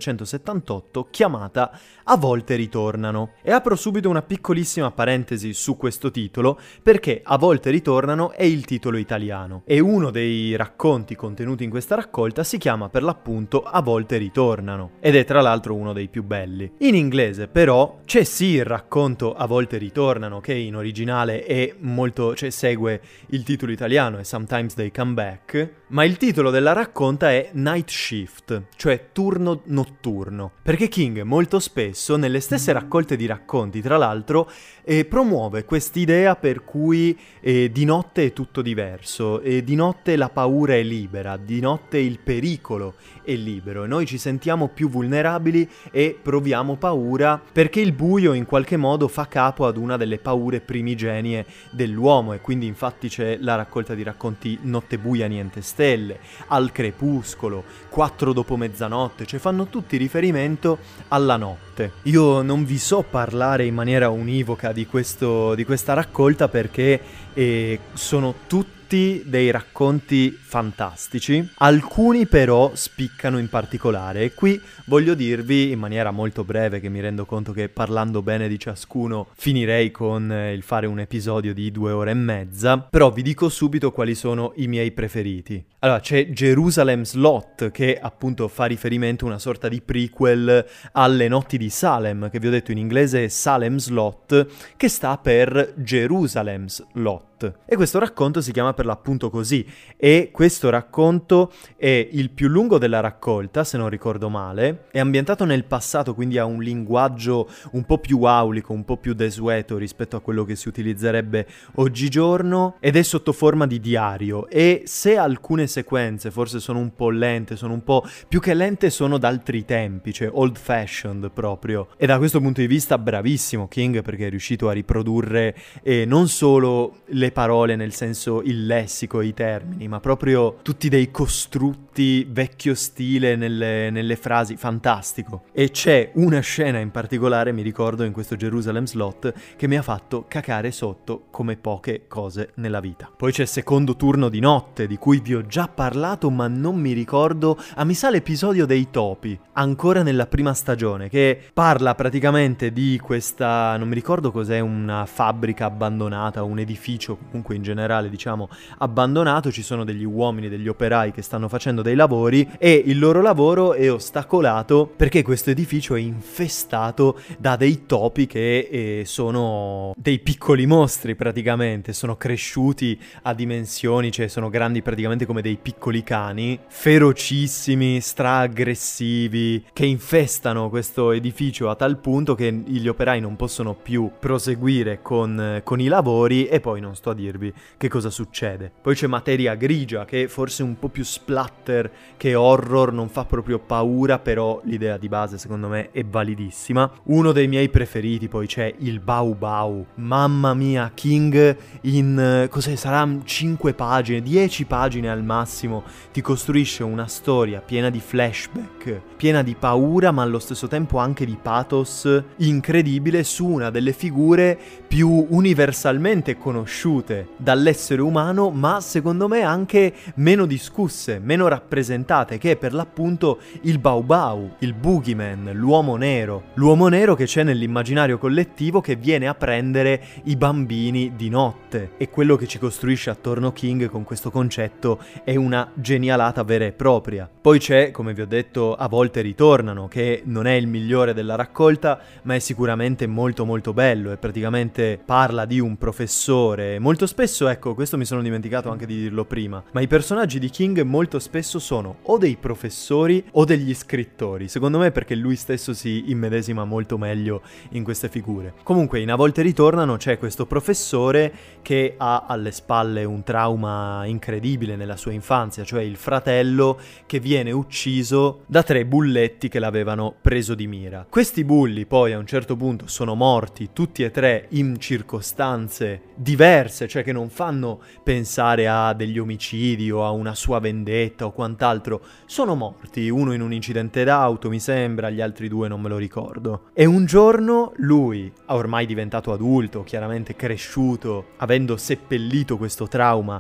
1978 chiamata A volte ritornano. E apro subito una piccolissima parentesi su questo titolo perché A volte ritornano è il titolo italiano e uno dei racconti contenuti in questa raccolta si chiama per l'appunto A volte ritornano ed è tra l'altro uno dei più belli. In inglese però c'è sì il racconto A volte ritornano, che in originale è molto, cioè segue il titolo italiano, è Sometimes They Come Back, ma il titolo della racconta è Night Shift, cioè turno notturno, perché King molto spesso nelle stesse raccolte di racconti tra l'altro promuove quest'idea per cui di notte è tutto diverso, di notte la paura è libera, di notte il pericolo è libero e noi ci sentiamo più vulnerabili e proviamo paura perché il buio in qualche modo fa capo ad una delle paure primigenie dell'uomo e quindi infatti c'è la raccolta di racconti Notte buia niente stelle, Al crepuscolo, 4 dopo mezzanotte, cioè fanno tutti riferimento alla notte. Io non vi so parlare in maniera univoca di questa raccolta perché sono tutti dei racconti fantastici, alcuni però spiccano in particolare e qui voglio dirvi in maniera molto breve, che mi rendo conto che parlando bene di ciascuno finirei con il fare un episodio di 2 ore e mezza, però vi dico subito quali sono i miei preferiti. Allora c'è Jerusalem's Lot, che appunto fa riferimento a una sorta di prequel alle Notti di Salem, che vi ho detto in inglese è Salem's Lot, che sta per Jerusalem's Lot. E questo racconto si chiama per l'appunto così e questo racconto è il più lungo della raccolta, se non ricordo male, è ambientato nel passato, quindi ha un linguaggio un po' più aulico, un po' più desueto rispetto a quello che si utilizzerebbe oggigiorno ed è sotto forma di diario e se alcune sequenze forse sono un po' lente, sono un po' più che lente, sono d'altri tempi, cioè old fashioned proprio, e da questo punto di vista bravissimo King perché è riuscito a riprodurre non solo le parole nel senso il lessico e i termini, ma proprio tutti dei costrutti vecchio stile nelle frasi, fantastico. E c'è una scena in particolare, mi ricordo, in questo Jerusalem's Lot che mi ha fatto cacare sotto come poche cose nella vita. Poi c'è Secondo turno di notte, di cui vi ho già parlato ma non mi ricordo, mi sa l'episodio dei topi, ancora nella prima stagione, che parla praticamente di questa, non mi ricordo cos'è, una fabbrica abbandonata, un edificio comunque in generale diciamo abbandonato, ci sono degli uomini, degli operai che stanno facendo dei lavori e il loro lavoro è ostacolato perché questo edificio è infestato da dei topi che sono dei piccoli mostri praticamente, sono cresciuti a dimensioni, cioè sono grandi praticamente come dei dei piccoli cani, ferocissimi, stra-aggressivi, che infestano questo edificio a tal punto che gli operai non possono più proseguire con i lavori, e poi non sto a dirvi che cosa succede. Poi c'è Materia Grigia, che forse è un po' più splatter che horror, non fa proprio paura, però l'idea di base secondo me è validissima. Uno dei miei preferiti poi c'è il Bau Bau. Mamma mia, King in cos'è? Sarà 5 pagine, 10 pagine al massimo, ti costruisce una storia piena di flashback, piena di paura, ma allo stesso tempo anche di pathos incredibile su una delle figure più universalmente conosciute dall'essere umano, ma secondo me anche meno discusse, meno rappresentate, che è per l'appunto il Bau Bau, il Boogeyman, l'uomo nero che c'è nell'immaginario collettivo, che viene a prendere i bambini di notte. E quello che ci costruisce attorno King con questo concetto è una genialata vera e propria. Poi c'è, come vi ho detto, A volte ritornano, che non è il migliore della raccolta, ma è sicuramente molto molto bello, e praticamente parla di un professore. Molto spesso, ecco, questo mi sono dimenticato anche di dirlo prima, ma i personaggi di King molto spesso sono o dei professori o degli scrittori, secondo me perché lui stesso si immedesima molto meglio in queste figure. Comunque in A volte ritornano c'è questo professore che ha alle spalle un trauma incredibile nella sua infanzia, cioè il fratello che viene ucciso da 3 bulletti che l'avevano preso di mira. Questi bulli poi a un certo punto sono morti tutti e 3 in circostanze diverse, cioè che non fanno pensare a degli omicidi o a una sua vendetta o quant'altro. Sono morti, uno in un incidente d'auto mi sembra, gli altri 2 non me lo ricordo. E un giorno lui, ormai diventato adulto, chiaramente cresciuto, avendo seppellito questo trauma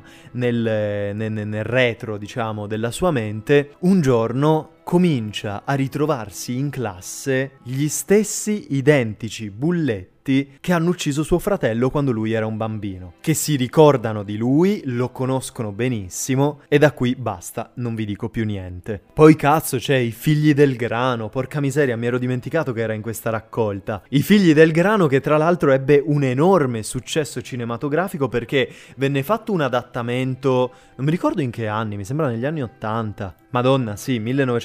nel retro, diciamo, della sua mente, un giorno comincia a ritrovarsi in classe gli stessi identici bulletti che hanno ucciso suo fratello quando lui era un bambino, che si ricordano di lui, lo conoscono benissimo, e da qui basta, non vi dico più niente. Poi cazzo c'è I figli del grano, porca miseria, mi ero dimenticato che era in questa raccolta. I figli del grano, che tra l'altro ebbe un enorme successo cinematografico perché venne fatto un adattamento, non mi ricordo in che anni, mi sembra negli anni 80. Madonna, sì,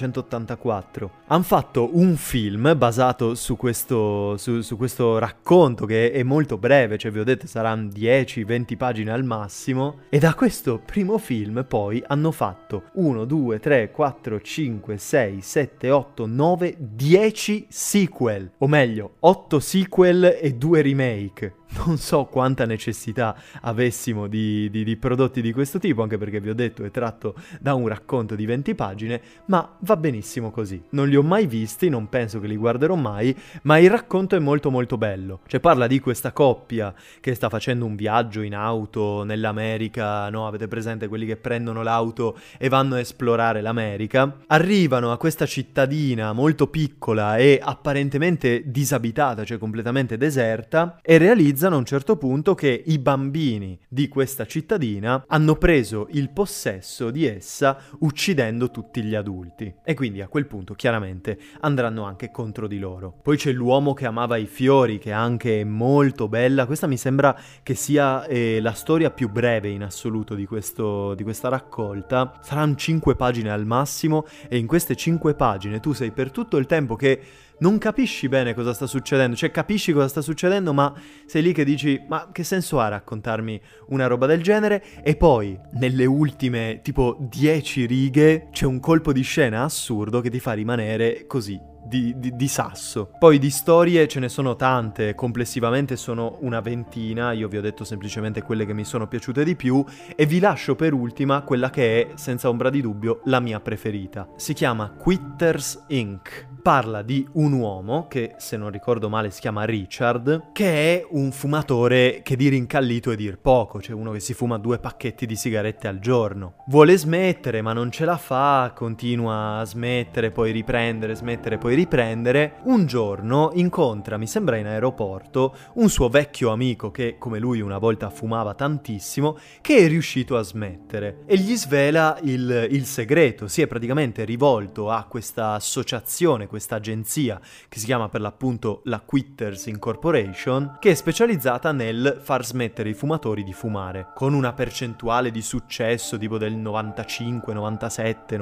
1984. Han fatto un film basato su questo racconto, che è molto breve, cioè vi ho detto saranno 10-20 pagine al massimo, e da questo primo film poi hanno fatto 1, 2, 3, 4, 5, 6, 7, 8, 9, 10 sequel, o meglio, 8 sequel e 2 remake. Non so quanta necessità avessimo di prodotti di questo tipo, anche perché vi ho detto è tratto da un racconto di 20 pagine, ma va benissimo così. Non li ho mai visti, non penso che li guarderò mai, ma il racconto è molto molto bello. Cioè parla di questa coppia che sta facendo un viaggio in auto nell'America, no? Avete presente quelli che prendono l'auto e vanno a esplorare l'America? Arrivano a questa cittadina molto piccola e apparentemente disabitata, cioè completamente deserta, e realizzano a un certo punto che i bambini di questa cittadina hanno preso il possesso di essa uccidendo tutti gli adulti, e quindi a quel punto chiaramente andranno anche contro di loro. Poi c'è L'uomo che amava i fiori, che anche è molto bella. Questa mi sembra che sia la storia più breve in assoluto di questa raccolta. Saranno 5 pagine al massimo, e in queste 5 pagine tu sei per tutto il tempo che non capisci bene cosa sta succedendo, cioè capisci cosa sta succedendo, ma sei lì che dici, ma che senso ha raccontarmi una roba del genere? E poi, nelle ultime tipo 10 righe, c'è un colpo di scena assurdo che ti fa rimanere così, di sasso. Poi di storie ce ne sono tante, complessivamente sono una ventina, io vi ho detto semplicemente quelle che mi sono piaciute di più, e vi lascio per ultima quella che è, senza ombra di dubbio, la mia preferita. Si chiama Quitters Inc. Parla di un uomo che, se non ricordo male, si chiama Richard, che è un fumatore che dir incallito e dir poco, cioè uno che si fuma 2 pacchetti di sigarette al giorno. Vuole smettere, ma non ce la fa, continua a smettere, poi riprendere, smettere, poi riprendere. Un giorno incontra, mi sembra in aeroporto, un suo vecchio amico che, come lui, una volta fumava tantissimo, che è riuscito a smettere, e gli svela il segreto. Si è praticamente rivolto a questa associazione, questa agenzia che si chiama per l'appunto la Quitters Incorporation, che è specializzata nel far smettere i fumatori di fumare, con una percentuale di successo tipo del 95, 97,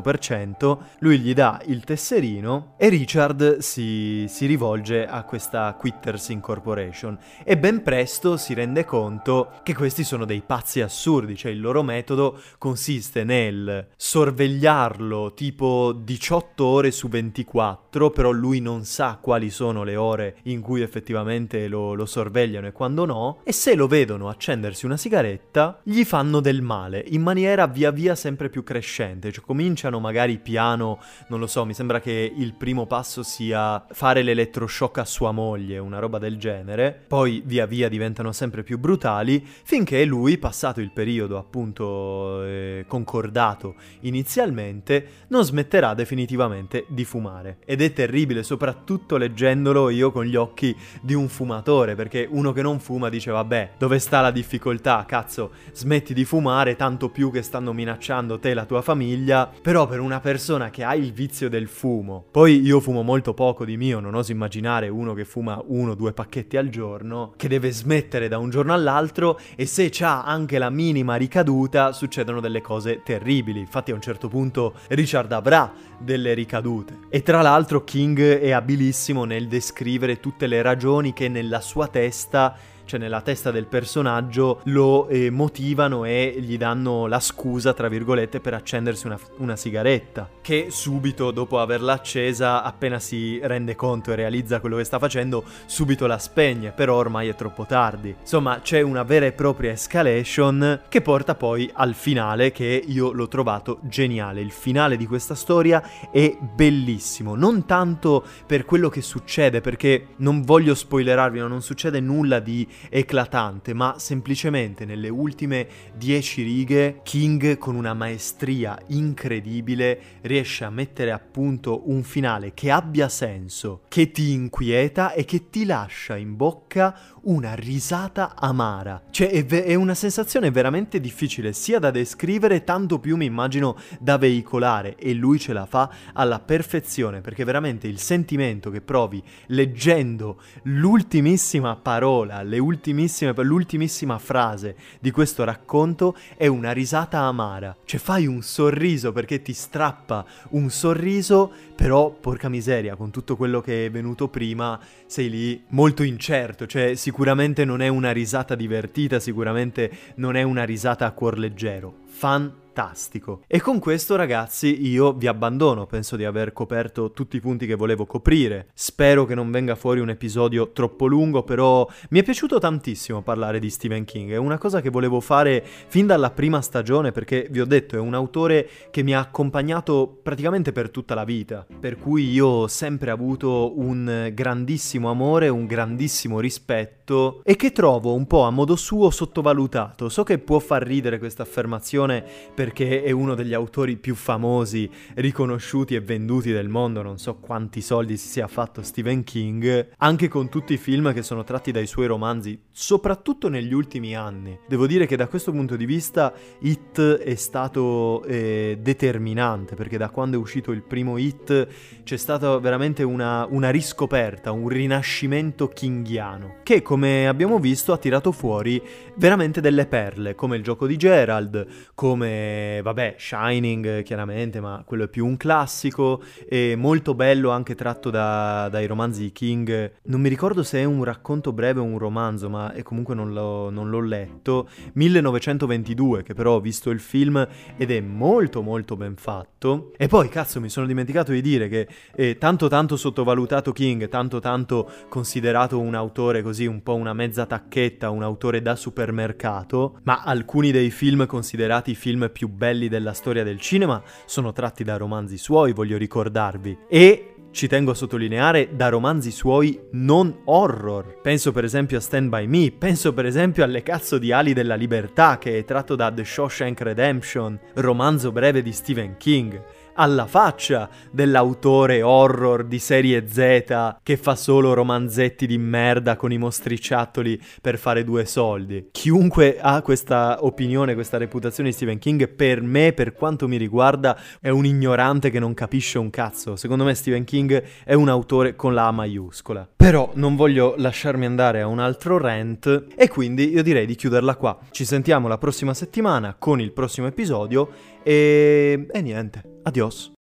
98%. Lui gli dà il tesserino e Richard si rivolge a questa Quitters Incorporation e ben presto si rende conto che questi sono dei pazzi assurdi, cioè il loro metodo consiste nel sorvegliarlo tipo 18 ore su 24, però lui non sa quali sono le ore in cui effettivamente lo sorvegliano e quando no, e se lo vedono accendersi una sigaretta gli fanno del male in maniera via via sempre più crescente, cioè cominciano magari piano, non lo so, mi sembra che il primo passo sia fare l'elettroshock a sua moglie, una roba del genere, poi via via diventano sempre più brutali, finché lui, passato il periodo appunto concordato inizialmente, non smetterà definitivamente di fumare. Ed è terribile, soprattutto leggendolo io con gli occhi di un fumatore, perché uno che non fuma dice vabbè, dove sta la difficoltà, cazzo, smetti di fumare, tanto più che stanno minacciando te e la tua famiglia. Però per una persona che ha il vizio del fumo, poi io fumo molto poco di mio, non oso immaginare uno che fuma 1-2 pacchetti al giorno, che deve smettere da un giorno all'altro, e se c'ha anche la minima ricaduta succedono delle cose terribili. Infatti a un certo punto Richard avrà delle ricadute, e tra l'altro King è abilissimo nel descrivere tutte le ragioni che nella sua testa, cioè nella testa del personaggio, lo motivano e gli danno la scusa, tra virgolette, per accendersi una sigaretta, che subito dopo averla accesa, appena si rende conto e realizza quello che sta facendo, subito la spegne, però ormai è troppo tardi. Insomma, c'è una vera e propria escalation che porta poi al finale, che io l'ho trovato geniale. Il finale di questa storia è bellissimo, non tanto per quello che succede, perché non voglio spoilerarvi, non succede nulla di eclatante, ma semplicemente nelle ultime 10 righe King, con una maestria incredibile, riesce a mettere a punto un finale che abbia senso, che ti inquieta e che ti lascia in bocca una risata amara. Cioè è una sensazione veramente difficile sia da descrivere, tanto più mi immagino da veicolare, e lui ce la fa alla perfezione, perché veramente il sentimento che provi leggendo l'ultimissima parola, l'ultimissima frase di questo racconto è una risata amara. Cioè fai un sorriso perché ti strappa un sorriso, però porca miseria, con tutto quello che è venuto prima sei lì molto incerto, cioè sicuramente non è una risata divertita, sicuramente non è una risata a cuor leggero. Fantastico. E con questo, ragazzi, io vi abbandono. Penso di aver coperto tutti i punti che volevo coprire. Spero che non venga fuori un episodio troppo lungo, però mi è piaciuto tantissimo parlare di Stephen King. È una cosa che volevo fare fin dalla prima stagione, perché vi ho detto è un autore che mi ha accompagnato praticamente per tutta la vita, per cui io ho sempre avuto un grandissimo amore, un grandissimo rispetto, e che trovo un po' a modo suo sottovalutato. So che può far ridere questa affermazione perché è uno degli autori più famosi, riconosciuti e venduti del mondo, non so quanti soldi si sia fatto Stephen King, anche con tutti i film che sono tratti dai suoi romanzi, soprattutto negli ultimi anni. Devo dire che da questo punto di vista It è stato determinante, perché da quando è uscito il primo It c'è stata veramente una riscoperta, un rinascimento kingiano, che come abbiamo visto ha tirato fuori veramente delle perle, come Il gioco di Gerald, come, vabbè, Shining chiaramente, ma quello è più un classico, e molto bello anche tratto dai romanzi di King. Non mi ricordo se è un racconto breve o un romanzo, ma comunque non l'ho letto. 1922, che però ho visto il film ed è molto molto ben fatto. E poi, cazzo, mi sono dimenticato di dire che è tanto sottovalutato King, tanto considerato un autore così, un po' una mezza tacchetta, un autore da supermercato, ma alcuni dei film considerati i film più belli della storia del cinema sono tratti da romanzi suoi, voglio ricordarvi, e ci tengo a sottolineare da romanzi suoi non horror. Penso per esempio a Stand By Me, penso per esempio alle cazzo di Ali della Libertà, che è tratto da The Shawshank Redemption, romanzo breve di Stephen King. alla faccia dell'autore horror di serie Z che fa solo romanzetti di merda con i mostriciattoli per fare 2 soldi. Chiunque ha questa opinione, questa reputazione di Stephen King, per me, per quanto mi riguarda, è un ignorante che non capisce un cazzo. Secondo me Stephen King è un autore con la A maiuscola. Però non voglio lasciarmi andare a un altro rant e quindi io direi di chiuderla qua. Ci sentiamo la prossima settimana con il prossimo episodio e niente, adios.